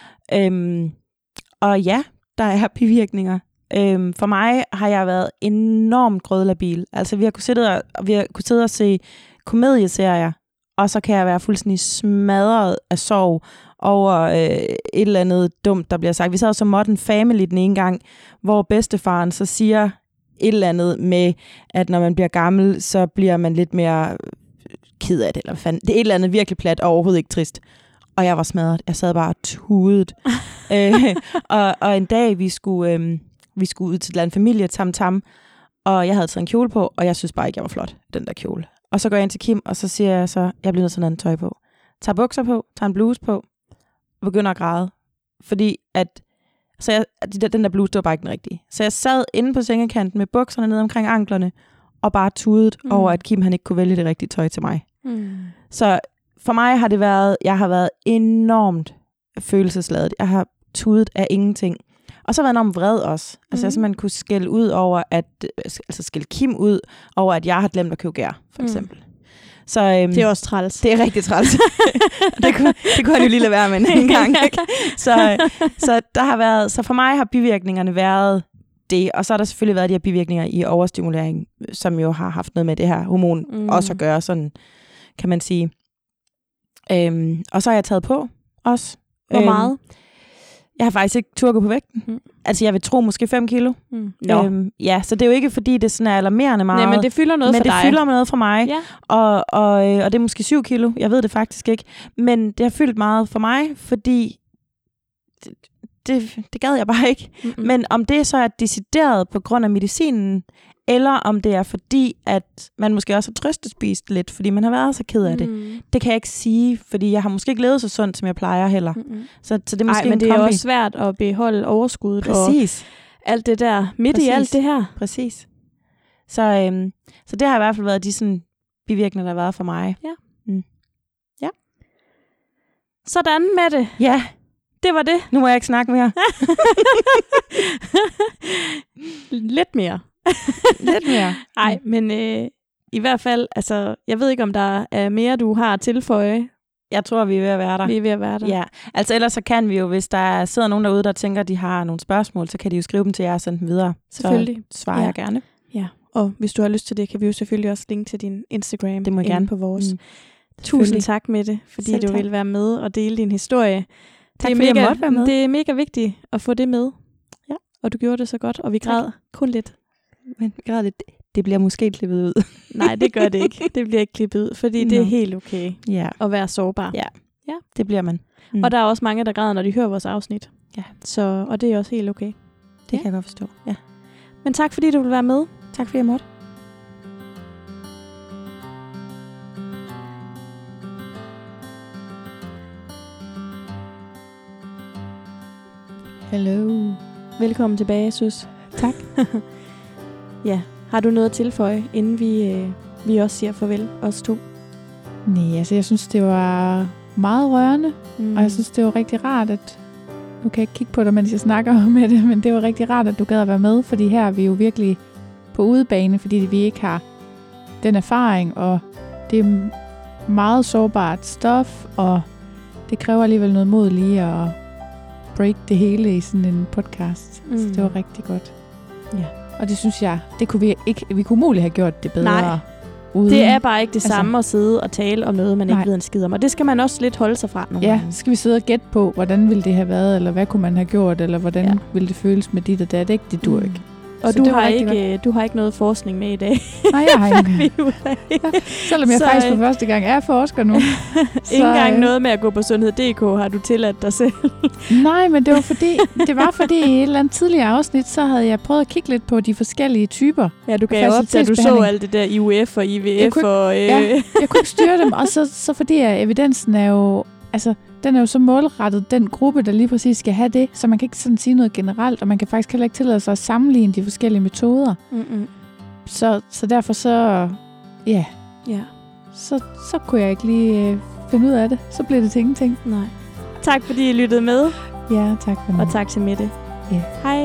Og ja, der er bivirkninger. For mig har jeg været enormt grødlabil. Altså vi har kunnet sidde og se komedieserier, og så kan jeg være fuldstændig smadret af sorg over et eller andet dumt, der bliver sagt. Vi sad så Modern Family den ene gang, hvor bedstefaren så siger et eller andet med, at når man bliver gammel, så bliver man lidt mere ked af det. Eller det er et eller andet virkelig plat og overhovedet ikke trist. Og jeg var smadret. Jeg sad bare tudet. Og en dag, vi skulle ud til et eller andet familie, tam, og jeg havde taget en kjole på, og jeg synes bare ikke, jeg var flot, den der kjole. Og så går jeg ind til Kim, og så siger jeg så, jeg bliver nødt til noget andet tøj på. Tager bukser på, tager en bluse på, og begynder at græde. Fordi den der bluse, det var bare ikke den rigtige. Så jeg sad inde på sengekanten med bukserne ned omkring anklerne, og bare tudet over, at Kim han ikke kunne vælge det rigtige tøj til mig. Så for mig har det været, jeg har været enormt følelsesladet. Jeg har tudet af ingenting. Og så var jeg enormt vred også. Altså jeg simpelthen kunne skælde ud over, skælde Kim ud over, at jeg har glemt at købe gær, for eksempel. Så, det er også træls. Det er rigtig træls. det kunne han jo lige lade være med en gang. Ikke? Så der har været, så for mig har bivirkningerne været det, og så har der selvfølgelig været de her bivirkninger i overstimulering, som jo har haft noget med det her hormon også at gøre, sådan kan man sige. Og så har jeg taget på også. Hvor meget? Jeg har faktisk ikke turket på vægten. Altså, jeg vil tro måske 5 kilo. Ja, så det er jo ikke, fordi det sådan er alarmerende meget. Nej, men det fylder noget for dig. Men det fylder noget for mig. Ja. Og det er måske 7 kilo. Jeg ved det faktisk ikke. Men det har fyldt meget for mig, fordi det gad jeg bare ikke. Men om det så er decideret på grund af medicinen, eller om det er fordi, at man måske også har trøstespist lidt, fordi man har været så ked af det. Det kan jeg ikke sige, fordi jeg har måske ikke levet så sundt, som jeg plejer heller. Så det er måske men det er også svært at beholde overskuddet. Præcis. Og alt det der midt i alt det her. Præcis. Så det har i hvert fald været de sådan bivirkninger, der har været for mig. Ja. Ja. Sådan med det. Ja. Det var det. Nu må jeg ikke snakke mere. Lidt mere. Lidt mere. Nej, men i hvert fald, altså, jeg ved ikke, om der er mere, du har at tilføje. Jeg tror, vi er ved at være der. Vi er ved at være der. Ja, altså ellers så kan vi jo, hvis der sidder nogen derude, der tænker, at de har nogle spørgsmål, så kan de jo skrive dem til jer og sende dem videre. Selvfølgelig. Så svarer jeg gerne. Ja, og hvis du har lyst til det, kan vi jo selvfølgelig også linke til din Instagram. Det må jeg gerne. På vores. Tusind tak med det, fordi du ville være med og dele din historie. Tak fordi jeg måtte være med. Det er mega vigtigt at få det med. Ja. Og du gjorde det så godt, og vi græd kun lidt. Men vi græd lidt. Det bliver måske klippet ud. Nej, det gør det ikke. Det bliver ikke klippet ud, fordi det er helt okay at være sårbar. Ja, det bliver man. Og der er også mange, der græder, når de hører vores afsnit. Ja. Og det er også helt okay. Det kan jeg godt forstå. Ja. Men tak fordi du ville være med. Tak fordi jeg måtte. Hello. Velkommen tilbage, Søs. Tak. Ja, har du noget at tilføje, inden vi også siger farvel, os to? Nej, altså jeg synes, det var meget rørende, og jeg synes, det var rigtig rart, at nu kan jeg ikke kigge på dig, mens jeg snakker med det, men det var rigtig rart, at du gad at være med, fordi her er vi jo virkelig på udebane, fordi vi ikke har den erfaring, og det er meget sårbart stof, og det kræver alligevel noget mod lige at break det hele i sådan en podcast. Så det var rigtig godt. Ja. Og det synes jeg, det kunne vi kunne umuligt have gjort det bedre. Nej, uden. Det er bare ikke det samme at sidde og tale om noget, man ikke ved en skid om. Og det skal man også lidt holde sig fra nogle gange. Skal vi sidde og gætte på, hvordan ville det have været, eller hvad kunne man have gjort, eller hvordan ville det føles med dit og dat, ikke? Det dur ikke. Og du har ikke noget forskning med i dag. Nej, jeg har ikke. Selvom jeg faktisk for første gang er forsker nu. Ikke engang noget med at gå på sundhed.dk har du tilladt dig selv. Nej, men det var fordi i et eller andet tidligere afsnit, så havde jeg prøvet at kigge lidt på de forskellige typer. Ja, du gav op til, at du så alt det der IUF og IVF. Jeg kunne ikke styre dem, og så fordi evidensen er jo... Altså, den er jo så målrettet den gruppe, der lige præcis skal have det, så man kan ikke sådan sige noget generelt, og man kan faktisk heller ikke tillade sig at sammenligne de forskellige metoder. Så derfor så, så kunne jeg ikke lige finde ud af det. Så blev det til ingenting. Nej. Tak fordi I lyttede med. Ja, tak for det. Og tak til Mette. Ja. Hej.